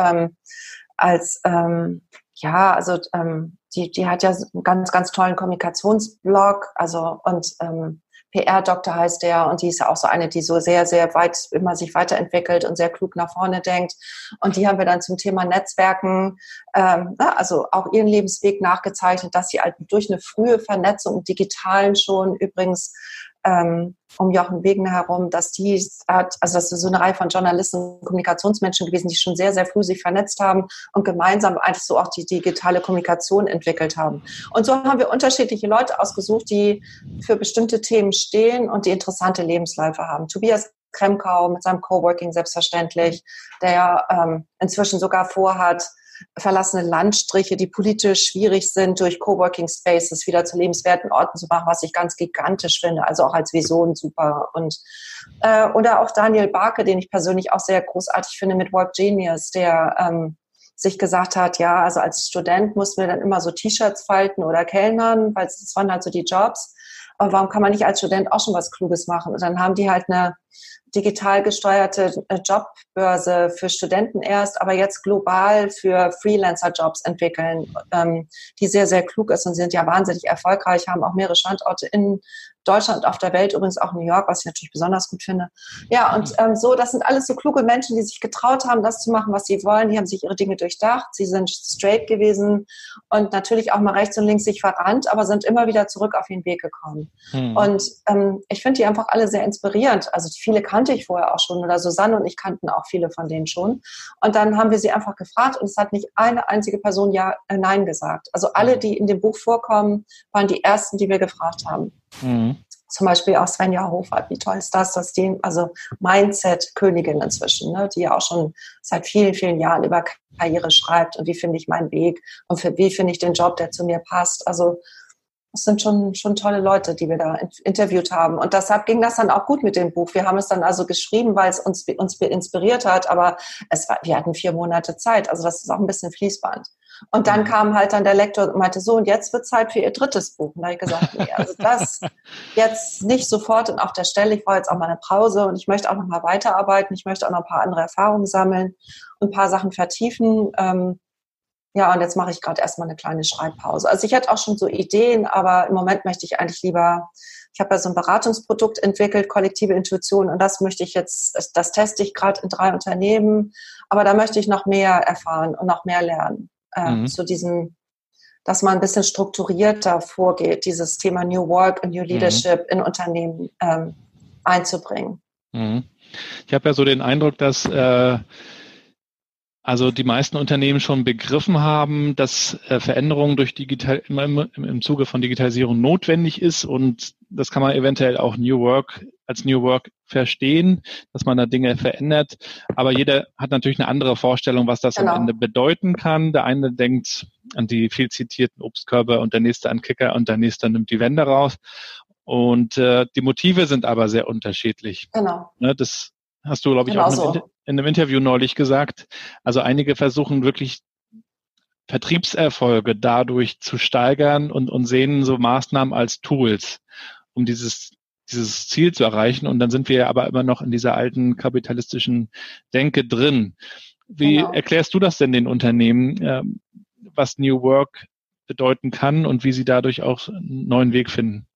die hat ja einen ganz, ganz tollen Kommunikationsblog, also und PR-Doktor heißt der und die ist ja auch so eine, die so sehr, sehr weit immer sich weiterentwickelt und sehr klug nach vorne denkt. Und die haben wir dann zum Thema Netzwerken, also auch ihren Lebensweg nachgezeichnet, dass sie halt durch eine frühe Vernetzung im Digitalen schon übrigens um Jochen Wegner herum, dass das ist so eine Reihe von Journalisten und Kommunikationsmenschen gewesen, die schon sehr, sehr früh sich vernetzt haben und gemeinsam eigentlich so auch die digitale Kommunikation entwickelt haben. Und so haben wir unterschiedliche Leute ausgesucht, die für bestimmte Themen stehen und die interessante Lebensläufe haben. Tobias Kremkau mit seinem Coworking selbstverständlich, der inzwischen sogar vorhat, verlassene Landstriche, die politisch schwierig sind, durch Coworking Spaces wieder zu lebenswerten Orten zu machen, was ich ganz gigantisch finde, also auch als Vision super. Und oder auch Daniel Barke, den ich persönlich auch sehr großartig finde mit Work Genius, der sich gesagt hat, ja, also als Student mussten wir dann immer so T-Shirts falten oder kellnern, weil das waren halt so die Jobs. Aber warum kann man nicht als Student auch schon was Kluges machen? Und dann haben die halt eine digital gesteuerte Jobbörse für Studenten erst, aber jetzt global für Freelancer-Jobs entwickeln, die sehr, sehr klug ist und sind ja wahnsinnig erfolgreich, haben auch mehrere Standorte in Deutschland und auf der Welt, übrigens auch New York, was ich natürlich besonders gut finde. Ja, und so, das sind alles so kluge Menschen, die sich getraut haben, das zu machen, was sie wollen. Die haben sich ihre Dinge durchdacht, sie sind straight gewesen und natürlich auch mal rechts und links sich verrannt, aber sind immer wieder zurück auf den Weg gekommen. Und ich finde die einfach alle sehr inspirierend. Also viele kannte ich vorher auch schon, oder Susanne und ich kannten auch viele von denen schon. Und dann haben wir sie einfach gefragt und es hat nicht eine einzige Person Nein gesagt. Also alle, die in dem Buch vorkommen, waren die ersten, die wir gefragt haben. Zum Beispiel auch Svenja Hofert, wie toll ist das die, also Mindset-Königin inzwischen, ne, die ja auch schon seit vielen, vielen Jahren über Karriere schreibt und wie finde ich meinen Weg und wie finde ich den Job, der zu mir passt. Also das sind schon tolle Leute, die wir da interviewt haben. Und deshalb ging das dann auch gut mit dem Buch. Wir haben es dann also geschrieben, weil es uns inspiriert hat, aber wir hatten 4 Monate Zeit. Also das ist auch ein bisschen Fließband. Und dann kam halt dann der Lektor und meinte, so, und jetzt wird Zeit für Ihr 3. Buch. Und da habe ich gesagt, nee, also das jetzt nicht sofort und auf der Stelle. Ich brauche jetzt auch mal eine Pause und ich möchte auch noch mal weiterarbeiten. Ich möchte auch noch ein paar andere Erfahrungen sammeln und ein paar Sachen vertiefen. Ja, und jetzt mache ich gerade erstmal eine kleine Schreibpause. Also ich hätte auch schon so Ideen, aber im Moment möchte ich eigentlich lieber, ich habe ja so ein Beratungsprodukt entwickelt, kollektive Intuition, und das möchte ich jetzt, das teste ich gerade in 3 Unternehmen, aber da möchte ich noch mehr erfahren und noch mehr lernen. Zu diesem, dass man ein bisschen strukturierter vorgeht, dieses Thema New Work und New Leadership in Unternehmen einzubringen. Ich habe ja so den Eindruck, dass also die meisten Unternehmen schon begriffen haben, dass Veränderung durch im Zuge von Digitalisierung notwendig ist, und das kann man eventuell auch als New Work verstehen, dass man da Dinge verändert. Aber jeder hat natürlich eine andere Vorstellung, was das am Ende bedeuten kann. Der eine denkt an die viel zitierten Obstkörbe und der nächste an Kicker und der nächste nimmt die Wände raus. Und die Motive sind aber sehr unterschiedlich. Genau. Ne, das hast du, glaube ich, auch in einem Interview neulich gesagt. Also einige versuchen wirklich Vertriebserfolge dadurch zu steigern und sehen so Maßnahmen als Tools, um dieses Ziel zu erreichen. Und dann sind wir aber immer noch in dieser alten kapitalistischen Denke drin. Wie erklärst du das denn den Unternehmen, was New Work bedeuten kann und wie sie dadurch auch einen neuen Weg finden?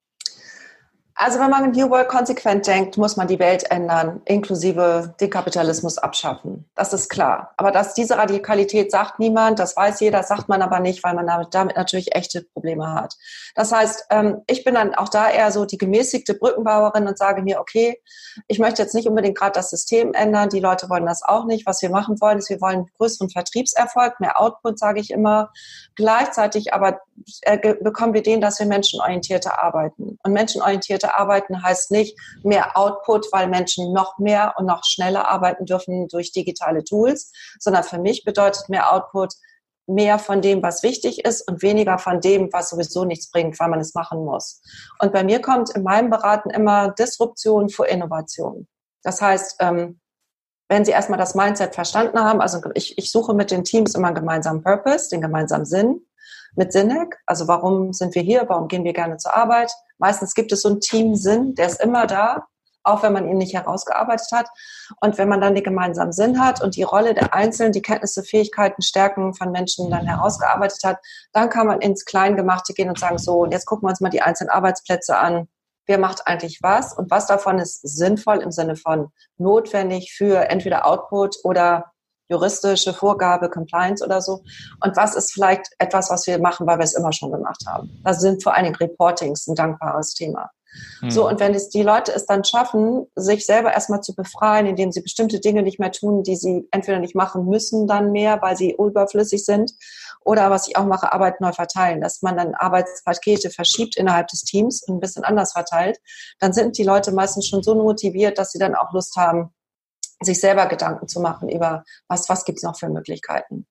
Also wenn man mit New Work konsequent denkt, muss man die Welt ändern, inklusive den Kapitalismus abschaffen. Das ist klar. Aber diese Radikalität sagt niemand, das weiß jeder, sagt man aber nicht, weil man damit natürlich echte Probleme hat. Das heißt, ich bin dann auch da eher so die gemäßigte Brückenbauerin und sage mir, okay, ich möchte jetzt nicht unbedingt gerade das System ändern, die Leute wollen das auch nicht. Was wir machen wollen, ist, wir wollen einen größeren Vertriebserfolg, mehr Output, sage ich immer. Gleichzeitig aber bekommen wir dass wir menschenorientierter arbeiten. Und menschenorientierte Arbeiten heißt nicht mehr Output, weil Menschen noch mehr und noch schneller arbeiten dürfen durch digitale Tools, sondern für mich bedeutet mehr Output mehr von dem, was wichtig ist und weniger von dem, was sowieso nichts bringt, weil man es machen muss. Und bei mir kommt in meinem Beraten immer Disruption vor Innovation. Das heißt, wenn Sie erstmal das Mindset verstanden haben, also ich suche mit den Teams immer einen gemeinsamen Purpose, den gemeinsamen Sinn, mit Sinnek, also warum sind wir hier, warum gehen wir gerne zur Arbeit. Meistens gibt es so einen Teamsinn, der ist immer da, auch wenn man ihn nicht herausgearbeitet hat. Und wenn man dann den gemeinsamen Sinn hat und die Rolle der Einzelnen, die Kenntnisse, Fähigkeiten, Stärken von Menschen dann herausgearbeitet hat, dann kann man ins Kleingemachte gehen und sagen, so, und jetzt gucken wir uns mal die einzelnen Arbeitsplätze an. Wer macht eigentlich was und was davon ist sinnvoll im Sinne von notwendig für entweder Output oder juristische Vorgabe, Compliance oder so. Und was ist vielleicht etwas, was wir machen, weil wir es immer schon gemacht haben. Das sind vor allen Dingen Reportings ein dankbares Thema. So, und wenn die Leute es dann schaffen, sich selber erstmal zu befreien, indem sie bestimmte Dinge nicht mehr tun, die sie entweder nicht machen müssen dann mehr, weil sie überflüssig sind, oder was ich auch mache, Arbeit neu verteilen, dass man dann Arbeitspakete verschiebt innerhalb des Teams und ein bisschen anders verteilt, dann sind die Leute meistens schon so motiviert, dass sie dann auch Lust haben, sich selber Gedanken zu machen über, was gibt's noch für Möglichkeiten,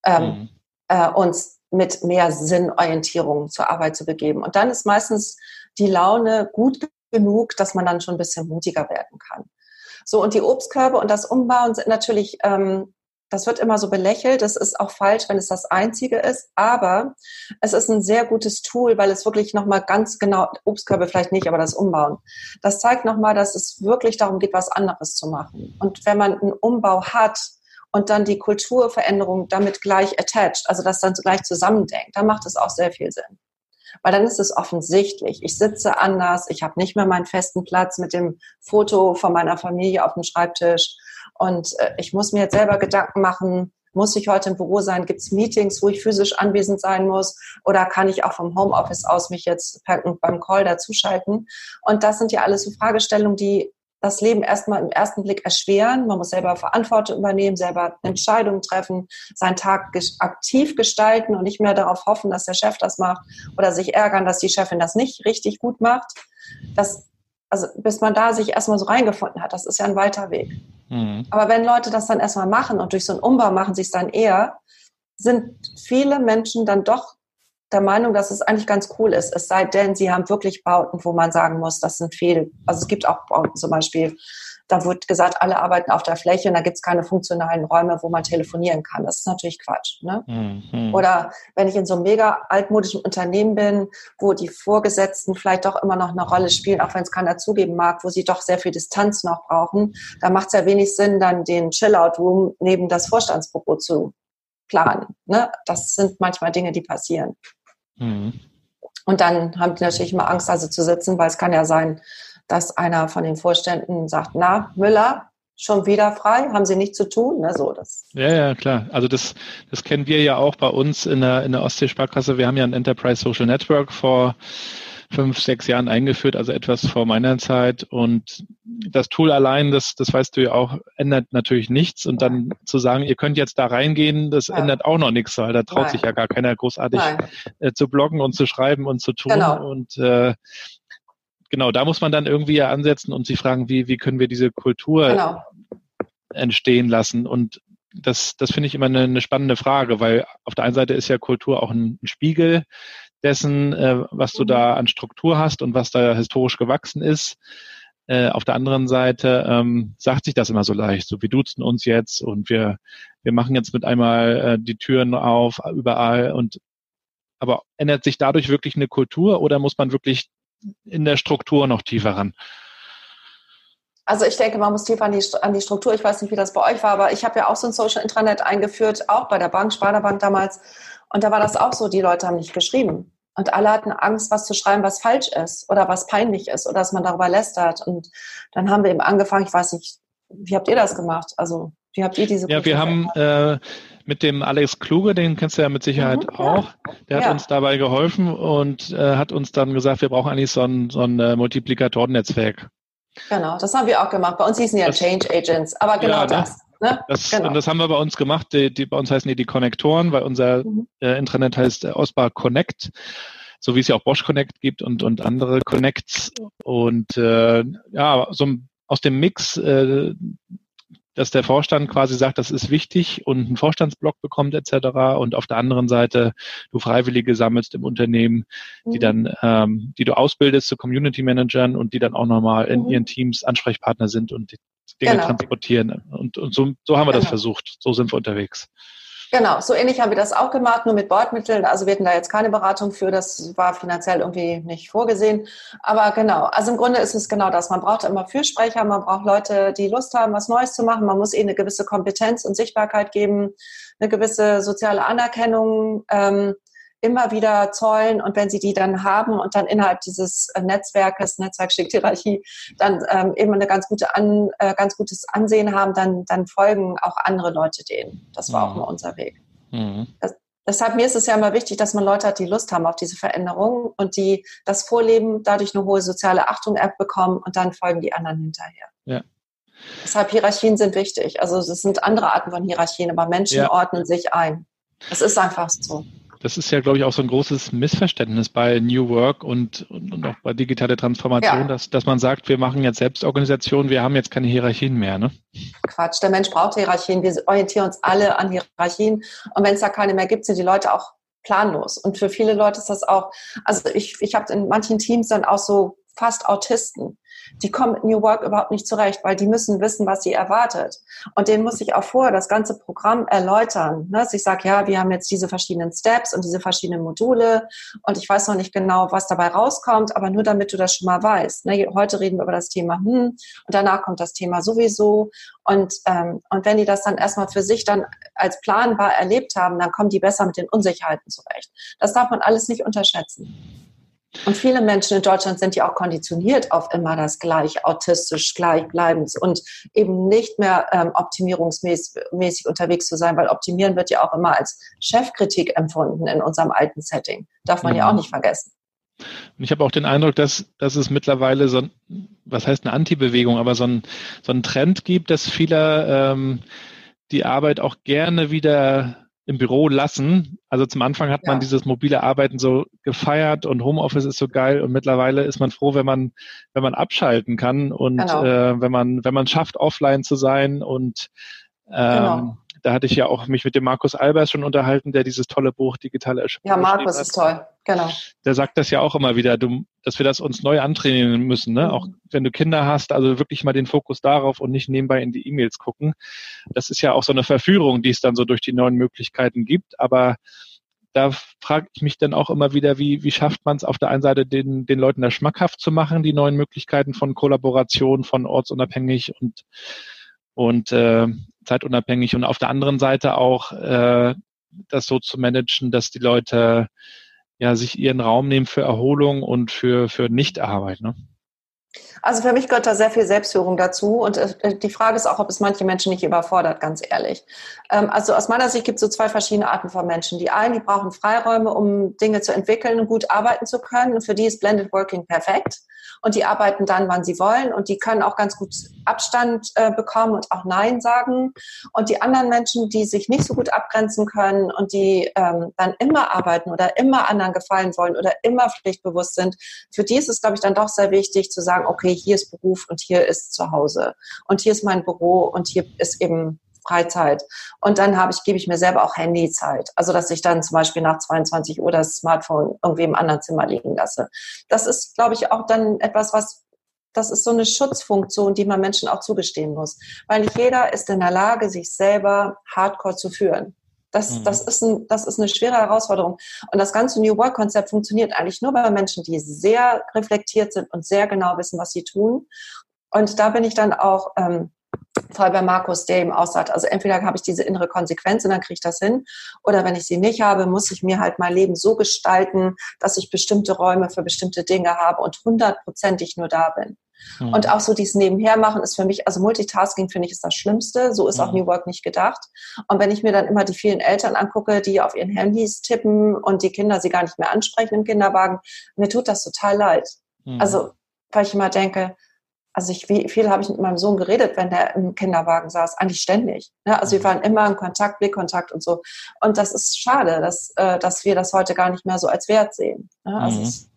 uns mit mehr Sinnorientierung zur Arbeit zu begeben. Und dann ist meistens die Laune gut genug, dass man dann schon ein bisschen mutiger werden kann. So, und die Obstkörbe und das Umbauen sind natürlich das wird immer so belächelt. Das ist auch falsch, wenn es das Einzige ist. Aber es ist ein sehr gutes Tool, weil es wirklich nochmal ganz genau, Obstkörbe vielleicht nicht, aber das Umbauen. Das zeigt nochmal, dass es wirklich darum geht, was anderes zu machen. Und wenn man einen Umbau hat und dann die Kulturveränderung damit gleich attached, also das dann gleich zusammendenkt, dann macht es auch sehr viel Sinn. Weil dann ist es offensichtlich. Ich sitze anders, ich habe nicht mehr meinen festen Platz mit dem Foto von meiner Familie auf dem Schreibtisch und ich muss mir jetzt selber Gedanken machen, muss ich heute im Büro sein, gibt es Meetings, wo ich physisch anwesend sein muss oder kann ich auch vom Homeoffice aus mich jetzt beim Call dazuschalten? Und das sind ja alles so Fragestellungen, die das Leben erstmal im ersten Blick erschweren. Man muss selber Verantwortung übernehmen, selber Entscheidungen treffen, seinen Tag aktiv gestalten und nicht mehr darauf hoffen, dass der Chef das macht oder sich ärgern, dass die Chefin das nicht richtig gut macht. Also bis man da sich erstmal so reingefunden hat, das ist ja ein weiter Weg. Mhm. Aber wenn Leute das dann erstmal machen und durch so einen Umbau machen sie es dann eher, sind viele Menschen dann doch der Meinung, dass es eigentlich ganz cool ist. Es sei denn, sie haben wirklich Bauten, wo man sagen muss, das sind also es gibt auch Bauten zum Beispiel, da wird gesagt, alle arbeiten auf der Fläche und da gibt es keine funktionalen Räume, wo man telefonieren kann. Das ist natürlich Quatsch. Ne? Mhm. Oder wenn ich in so einem mega altmodischen Unternehmen bin, wo die Vorgesetzten vielleicht doch immer noch eine Rolle spielen, auch wenn es keiner zugeben mag, wo sie doch sehr viel Distanz noch brauchen, da macht es ja wenig Sinn, dann den Chill-Out-Room neben das Vorstandsbüro zu planen. Ne? Das sind manchmal Dinge, die passieren. Mhm. Und dann haben die natürlich immer Angst, also zu sitzen, weil es kann ja sein, dass einer von den Vorständen sagt, na, Müller, schon wieder frei, haben Sie nichts zu tun? Ne? So, das. Ja, klar. Also das kennen wir ja auch bei uns in der Ostsee-Sparkasse. Wir haben ja ein Enterprise Social Network vor 5-6 Jahren eingeführt, also etwas vor meiner Zeit. Und das Tool allein, das weißt du ja auch, ändert natürlich nichts. Und dann zu sagen, ihr könnt jetzt da reingehen, das ändert auch noch nichts, weil da traut sich ja gar keiner großartig zu bloggen und zu schreiben und zu tun. Genau. Und genau, da muss man dann irgendwie ja ansetzen und sich fragen, wie können wir diese Kultur entstehen lassen. Und das finde ich immer eine spannende Frage, weil auf der einen Seite ist ja Kultur auch ein Spiegel dessen, was du da an Struktur hast und was da historisch gewachsen ist. Auf der anderen Seite sagt sich das immer so leicht, so wir duzen uns jetzt und wir machen jetzt mit einmal die Türen auf überall. Aber ändert sich dadurch wirklich eine Kultur oder muss man wirklich in der Struktur noch tiefer ran? Also ich denke, man muss tiefer an die Struktur. Ich weiß nicht, wie das bei euch war, aber ich habe ja auch so ein Social Intranet eingeführt, auch bei der Bank, Sparda-Bank damals. Und da war das auch so, die Leute haben nicht geschrieben. Und alle hatten Angst, was zu schreiben, was falsch ist oder was peinlich ist oder dass man darüber lästert. Und dann haben wir eben angefangen, ich weiß nicht, wie habt ihr das gemacht? Also wie habt ihr diese Kultur? Ja, wir haben mit dem Alex Kluge, den kennst du ja mit Sicherheit auch, der hat uns dabei geholfen und hat uns dann gesagt, wir brauchen eigentlich so ein Multiplikatoren-Netzwerk. Genau, das haben wir auch gemacht. Bei uns hießen ja Change Agents, aber genau das. Ne? Und das haben wir bei uns gemacht. Bei uns heißen die Konnektoren, weil unser Intranet heißt OSPA Connect, so wie es ja auch Bosch Connect gibt und andere Connects. Und so aus dem Mix, dass der Vorstand quasi sagt, das ist wichtig und einen Vorstandsblock bekommt etc. Und auf der anderen Seite du Freiwillige sammelst im Unternehmen, die dann, die du ausbildest zu Community Managern und die dann auch nochmal in ihren Teams Ansprechpartner sind und die Dinge transportieren. Und so haben wir das versucht. So sind wir unterwegs. Genau, so ähnlich haben wir das auch gemacht, nur mit Bordmitteln. Also wir hatten da jetzt keine Beratung für, das war finanziell irgendwie nicht vorgesehen. Aber genau, also im Grunde ist es genau das. Man braucht immer Fürsprecher, man braucht Leute, die Lust haben, was Neues zu machen. Man muss ihnen eine gewisse Kompetenz und Sichtbarkeit geben, eine gewisse soziale Anerkennung immer wieder zollen. Und wenn sie die dann haben und dann innerhalb dieses Netzwerkes, Netzwerk schickt Hierarchie, dann eben eine ganz gutes Ansehen haben, dann folgen auch andere Leute denen. Das war auch immer unser Weg. Deshalb mir ist es ja immer wichtig, dass man Leute hat, die Lust haben auf diese Veränderung und die das Vorleben dadurch eine hohe soziale Achtung bekommen und dann folgen die anderen hinterher. Ja. Deshalb Hierarchien sind wichtig. Also es sind andere Arten von Hierarchien, aber Menschen ordnen sich ein. Es ist einfach so. Das ist ja, glaube ich, auch so ein großes Missverständnis bei New Work und auch bei digitaler Transformation, dass man sagt, wir machen jetzt Selbstorganisation, wir haben jetzt keine Hierarchien mehr, ne? Quatsch, der Mensch braucht Hierarchien, wir orientieren uns alle an Hierarchien und wenn es da keine mehr gibt, sind die Leute auch planlos und für viele Leute ist das auch, also ich habe in manchen Teams dann auch so fast Autisten. Die kommen mit New Work überhaupt nicht zurecht, weil die müssen wissen, was sie erwartet. Und denen muss ich auch vorher das ganze Programm erläutern. Ne? Also ich sage, ja, wir haben jetzt diese verschiedenen Steps und diese verschiedenen Module und ich weiß noch nicht genau, was dabei rauskommt, aber nur damit du das schon mal weißt. Ne? Heute reden wir über das Thema und danach kommt das Thema sowieso. Und wenn die das dann erstmal für sich dann als planbar erlebt haben, dann kommen die besser mit den Unsicherheiten zurecht. Das darf man alles nicht unterschätzen. Und viele Menschen in Deutschland sind ja auch konditioniert auf immer das gleich autistisch, gleichbleibend und eben nicht mehr optimierungsmäßig unterwegs zu sein, weil optimieren wird ja auch immer als Chefkritik empfunden in unserem alten Setting. Darf man ja auch nicht vergessen. Und ich habe auch den Eindruck, dass es mittlerweile was heißt eine Antibewegung, aber so ein Trend gibt, dass viele die Arbeit auch gerne wieder im Büro lassen. Also zum Anfang hat man dieses mobile Arbeiten so gefeiert und Homeoffice ist so geil und mittlerweile ist man froh, wenn man abschalten kann und wenn man schafft, offline zu sein und da hatte ich ja auch mich mit dem Markus Albers schon unterhalten, der dieses tolle Buch Digitale Erschöpfung geschrieben hat. Ja, Markus ist toll, genau. Der sagt das ja auch immer wieder, dass wir das uns neu antrainieren müssen, ne? Auch wenn du Kinder hast, also wirklich mal den Fokus darauf und nicht nebenbei in die E-Mails gucken. Das ist ja auch so eine Verführung, die es dann so durch die neuen Möglichkeiten gibt, aber da frage ich mich dann auch immer wieder, wie schafft man es auf der einen Seite den Leuten das schmackhaft zu machen, die neuen Möglichkeiten von Kollaboration, von ortsunabhängig und zeitunabhängig und auf der anderen Seite auch das so zu managen, dass die Leute sich ihren Raum nehmen für Erholung und für Nichtarbeit, ne? Also für mich gehört da sehr viel Selbstführung dazu und die Frage ist auch, ob es manche Menschen nicht überfordert, ganz ehrlich. Also aus meiner Sicht gibt es so zwei verschiedene Arten von Menschen. Die einen, die brauchen Freiräume, um Dinge zu entwickeln und gut arbeiten zu können und für die ist Blended Working perfekt und die arbeiten dann, wann sie wollen und die können auch ganz gut Abstand bekommen und auch Nein sagen. Und die anderen Menschen, die sich nicht so gut abgrenzen können und die dann immer arbeiten oder immer anderen gefallen wollen oder immer pflichtbewusst sind, für die ist es, glaube ich, dann doch sehr wichtig zu sagen, okay, hier ist Beruf und hier ist Zuhause und hier ist mein Büro und hier ist eben Freizeit. Und dann gebe ich mir selber auch Handyzeit. Also, dass ich dann zum Beispiel nach 22 Uhr das Smartphone irgendwie im anderen Zimmer liegen lasse. Das ist, glaube ich, auch dann etwas, das ist so eine Schutzfunktion, die man Menschen auch zugestehen muss. Weil nicht jeder ist in der Lage, sich selber hardcore zu führen. Das ist eine schwere Herausforderung. Und das ganze New Work-Konzept funktioniert eigentlich nur bei Menschen, die sehr reflektiert sind und sehr genau wissen, was sie tun. Und da bin ich dann auch voll bei Markus, der eben auch sagt, also entweder habe ich diese innere Konsequenz und dann kriege ich das hin, oder wenn ich sie nicht habe, muss ich mir halt mein Leben so gestalten, dass ich bestimmte Räume für bestimmte Dinge habe und 100%ig nur da bin. Und auch so dieses Nebenhermachen ist für mich, also Multitasking finde ich ist das Schlimmste, so ist auch New Work nicht gedacht. Und wenn ich mir dann immer die vielen Eltern angucke, die auf ihren Handys tippen und die Kinder sie gar nicht mehr ansprechen im Kinderwagen, mir tut das total leid. Also, weil ich immer denke, also wie viel habe ich mit meinem Sohn geredet, wenn der im Kinderwagen saß? Eigentlich ständig. Ne? Also wir waren immer in Kontakt, Blickkontakt und so. Und das ist schade, dass wir das heute gar nicht mehr so als Wert sehen. Ne? Also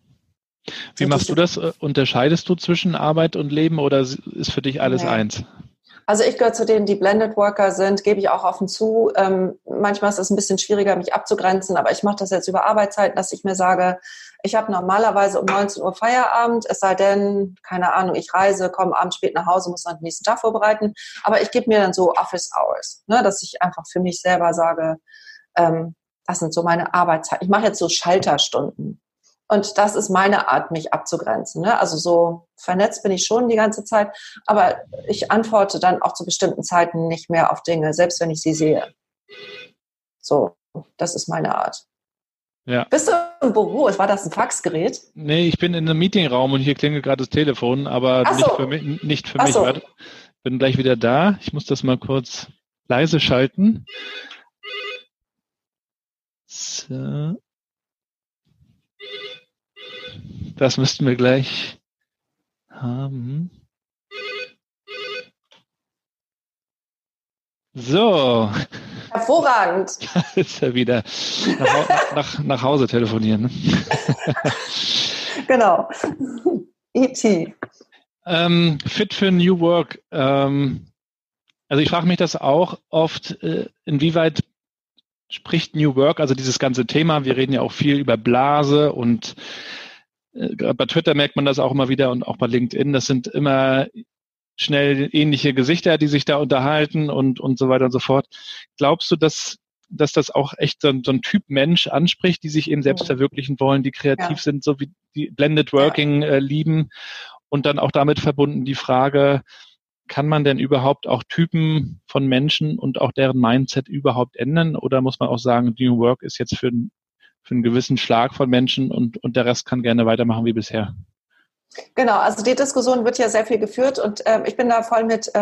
wie machst du das? Unterscheidest du zwischen Arbeit und Leben oder ist für dich alles eins? Also ich gehöre zu denen, die Blended Worker sind, gebe ich auch offen zu. Manchmal ist es ein bisschen schwieriger, mich abzugrenzen, aber ich mache das jetzt über Arbeitszeiten, dass ich mir sage, ich habe normalerweise um 19 Uhr Feierabend, es sei denn, keine Ahnung, ich reise, komme abends spät nach Hause, muss dann den nächsten Tag vorbereiten, aber ich gebe mir dann so Office Hours, ne, dass ich einfach für mich selber sage, das sind so meine Arbeitszeiten. Ich mache jetzt so Schalterstunden. Und das ist meine Art, mich abzugrenzen. Ne? Also so vernetzt bin ich schon die ganze Zeit, aber ich antworte dann auch zu bestimmten Zeiten nicht mehr auf Dinge, selbst wenn ich sie sehe. So, das ist meine Art. Ja. Bist du im Büro? War das ein Faxgerät? Nee, ich bin in einem Meetingraum und hier klingelt gerade das Telefon, aber nicht für mich. Warte, bin gleich wieder da. Ich muss das mal kurz leise schalten. So. Das müssten wir gleich haben. So. Hervorragend. Ist ja wieder nach Hause telefonieren. Ne? Genau. E.T. Fit für New Work. Also ich frage mich das auch oft, inwieweit spricht New Work, also dieses ganze Thema, wir reden ja auch viel über Blase und bei Twitter merkt man das auch immer wieder und auch bei LinkedIn, das sind immer schnell ähnliche Gesichter, die sich da unterhalten und so weiter und so fort. Glaubst du, dass das auch echt so ein Typ Mensch anspricht, die sich eben selbst verwirklichen wollen, die kreativ sind, so wie die Blended Working lieben und dann auch damit verbunden die Frage, kann man denn überhaupt auch Typen von Menschen und auch deren Mindset überhaupt ändern oder muss man auch sagen, New Work ist jetzt für einen gewissen Schlag von Menschen und der Rest kann gerne weitermachen wie bisher? Genau, also die Diskussion wird ja sehr viel geführt und ich bin da voll mit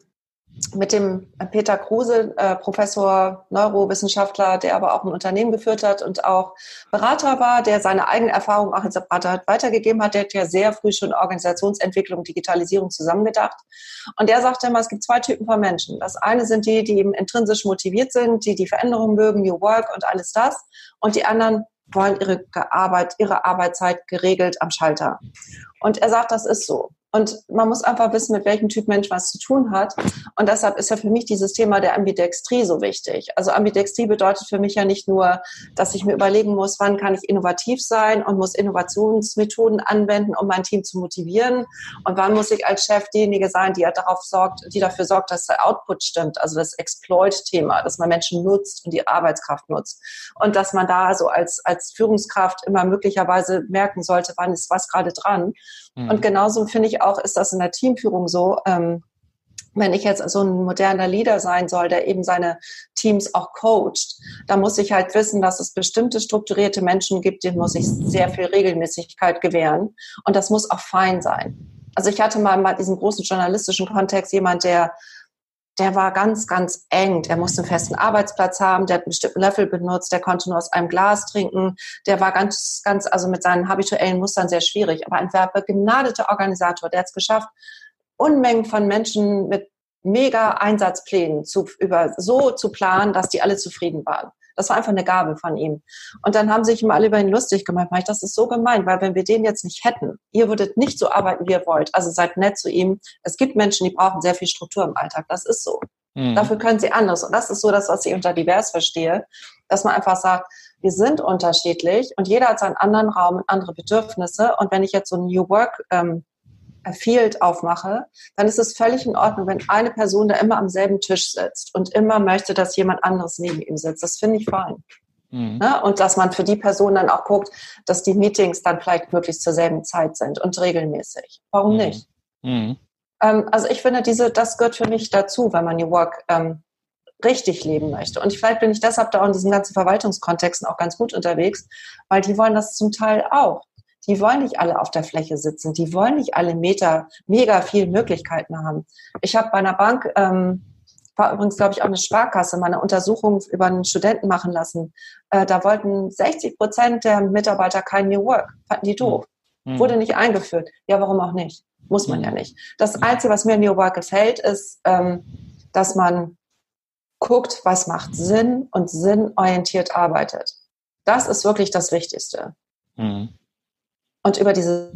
dem Peter Kruse, Professor, Neurowissenschaftler, der aber auch ein Unternehmen geführt hat und auch Berater war, der seine eigenen Erfahrungen auch als Berater weitergegeben hat. Der hat ja sehr früh schon Organisationsentwicklung, Digitalisierung zusammengedacht. Und der sagte immer, es gibt 2 Typen von Menschen. Das eine sind die eben intrinsisch motiviert sind, die Veränderung mögen, New Work und alles das. Und die anderen wollen ihre Arbeitszeit geregelt am Schalter. Und er sagt, das ist so. Und man muss einfach wissen, mit welchem Typ Mensch was zu tun hat. Und deshalb ist ja für mich dieses Thema der Ambidextrie so wichtig. Also Ambidextrie bedeutet für mich ja nicht nur, dass ich mir überlegen muss, wann kann ich innovativ sein und muss Innovationsmethoden anwenden, um mein Team zu motivieren. Und wann muss ich als Chef diejenige sein, die dafür sorgt, dass der Output stimmt. Also das Exploit-Thema, dass man Menschen nutzt und die Arbeitskraft nutzt. Und dass man da so als Führungskraft immer möglicherweise merken sollte, wann ist was gerade dran. Und genauso finde ich auch, ist das in der Teamführung so, wenn ich jetzt so ein moderner Leader sein soll, der eben seine Teams auch coacht, dann muss ich halt wissen, dass es bestimmte strukturierte Menschen gibt, denen muss ich sehr viel Regelmäßigkeit gewähren. Und das muss auch fein sein. Also ich hatte mal in diesem großen journalistischen Kontext jemand, der war ganz, ganz eng. Der musste einen festen Arbeitsplatz haben, der hat einen bestimmten Löffel benutzt, der konnte nur aus einem Glas trinken. Der war ganz, ganz, also mit seinen habituellen Mustern sehr schwierig. Aber ein begnadeter Organisator, der hat es geschafft, Unmengen von Menschen mit mega Einsatzplänen so zu planen, dass die alle zufrieden waren. Das war einfach eine Gabe von ihm. Und dann haben sich immer alle über ihn lustig gemacht. Das ist so gemein, weil wenn wir den jetzt nicht hätten, ihr würdet nicht so arbeiten, wie ihr wollt. Also seid nett zu ihm. Es gibt Menschen, die brauchen sehr viel Struktur im Alltag. Das ist so. Dafür können sie anders. Und das ist so das, was ich unter divers verstehe, dass man einfach sagt, wir sind unterschiedlich und jeder hat seinen anderen Raum und andere Bedürfnisse. Und wenn ich jetzt so ein New Work Field aufmache, dann ist es völlig in Ordnung, wenn eine Person da immer am selben Tisch sitzt und immer möchte, dass jemand anderes neben ihm sitzt. Das finde ich fein. Ne? Und dass man für die Person dann auch guckt, dass die Meetings dann vielleicht möglichst zur selben Zeit sind und regelmäßig. Warum nicht? Also ich finde, das gehört für mich dazu, wenn man New Work richtig leben möchte. Und vielleicht bin ich deshalb da auch in diesen ganzen Verwaltungskontexten auch ganz gut unterwegs, weil die wollen das zum Teil auch. Die wollen nicht alle auf der Fläche sitzen. Die wollen nicht alle mega viel Möglichkeiten haben. Ich habe bei einer Bank, war übrigens, glaube ich, auch eine Sparkasse, mal eine Untersuchung über einen Studenten machen lassen. Da wollten 60% der Mitarbeiter kein New Work. Fanden die doof. Wurde nicht eingeführt. Ja, warum auch nicht? Muss man ja nicht. Das Einzige, was mir in New Work gefällt, ist, dass man guckt, was macht Sinn und sinnorientiert arbeitet. Das ist wirklich das Wichtigste. Und über diese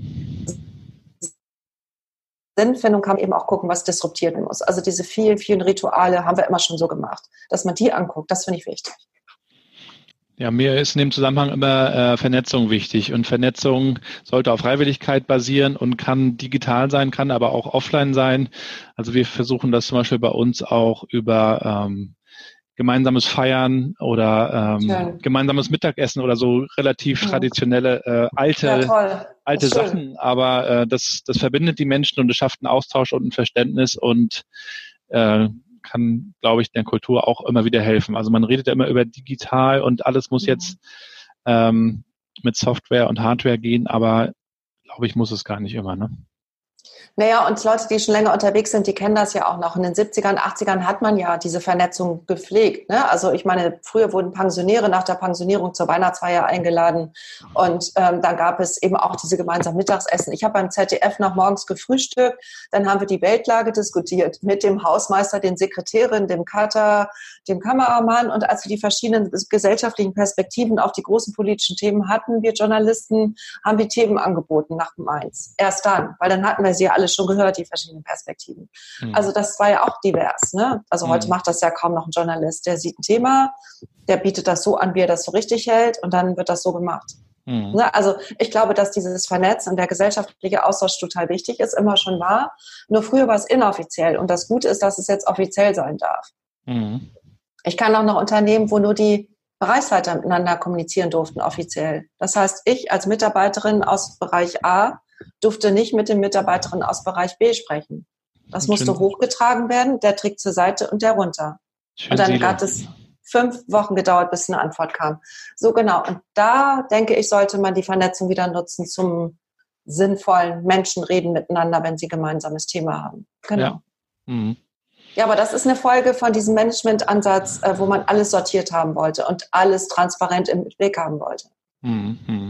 Sinnfindung kann man eben auch gucken, was disruptieren muss. Also diese vielen, vielen Rituale haben wir immer schon so gemacht. Dass man die anguckt, das finde ich wichtig. Ja, mir ist in dem Zusammenhang immer Vernetzung wichtig. Und Vernetzung sollte auf Freiwilligkeit basieren und kann digital sein, kann aber auch offline sein. Also wir versuchen das zum Beispiel bei uns auch über gemeinsames Feiern oder gemeinsames Mittagessen oder so relativ traditionelle alte Sachen, aber das verbindet die Menschen und es schafft einen Austausch und ein Verständnis und kann, glaube ich, der Kultur auch immer wieder helfen. Also man redet ja immer über digital und alles muss jetzt mit Software und Hardware gehen, aber glaube ich, muss es gar nicht immer, ne? Naja, und Leute, die schon länger unterwegs sind, die kennen das ja auch noch. In den 70ern, 80ern hat man ja diese Vernetzung gepflegt. Ne? Also ich meine, früher wurden Pensionäre nach der Pensionierung zur Weihnachtsfeier eingeladen und dann gab es eben auch diese gemeinsamen Mittagsessen. Ich habe beim ZDF noch morgens gefrühstückt, dann haben wir die Weltlage diskutiert mit dem Hausmeister, den Sekretärin, dem Cutter, dem Kameramann und als wir die verschiedenen gesellschaftlichen Perspektiven auf die großen politischen Themen hatten, wir Journalisten, haben wir Themen angeboten nach Mainz. Erst dann, weil dann hatten wir sie ja alle schon gehört, die verschiedenen Perspektiven. Also das war ja auch divers. Ne? Also heute macht das ja kaum noch ein Journalist. Der sieht ein Thema, der bietet das so an, wie er das so richtig hält und dann wird das so gemacht. Ne? Also ich glaube, dass dieses Vernetzen und der gesellschaftliche Austausch total wichtig ist, immer schon war. Nur früher war es inoffiziell und das Gute ist, dass es jetzt offiziell sein darf. Mhm. Ich kann auch noch Unternehmen, wo nur die Bereichsleiter miteinander kommunizieren durften, offiziell. Das heißt, ich als Mitarbeiterin aus Bereich A durfte nicht mit den Mitarbeiterinnen aus Bereich B sprechen. Das musste hochgetragen werden, der trägt zur Seite und der runter. Und dann hat es 5 Wochen gedauert, bis eine Antwort kam. So genau. Und da, denke ich, sollte man die Vernetzung wieder nutzen zum sinnvollen Menschen reden miteinander, wenn sie gemeinsames Thema haben. Genau. Ja. Mhm. Ja, aber das ist eine Folge von diesem Management-Ansatz, wo man alles sortiert haben wollte und alles transparent im Blick haben wollte. Mhm.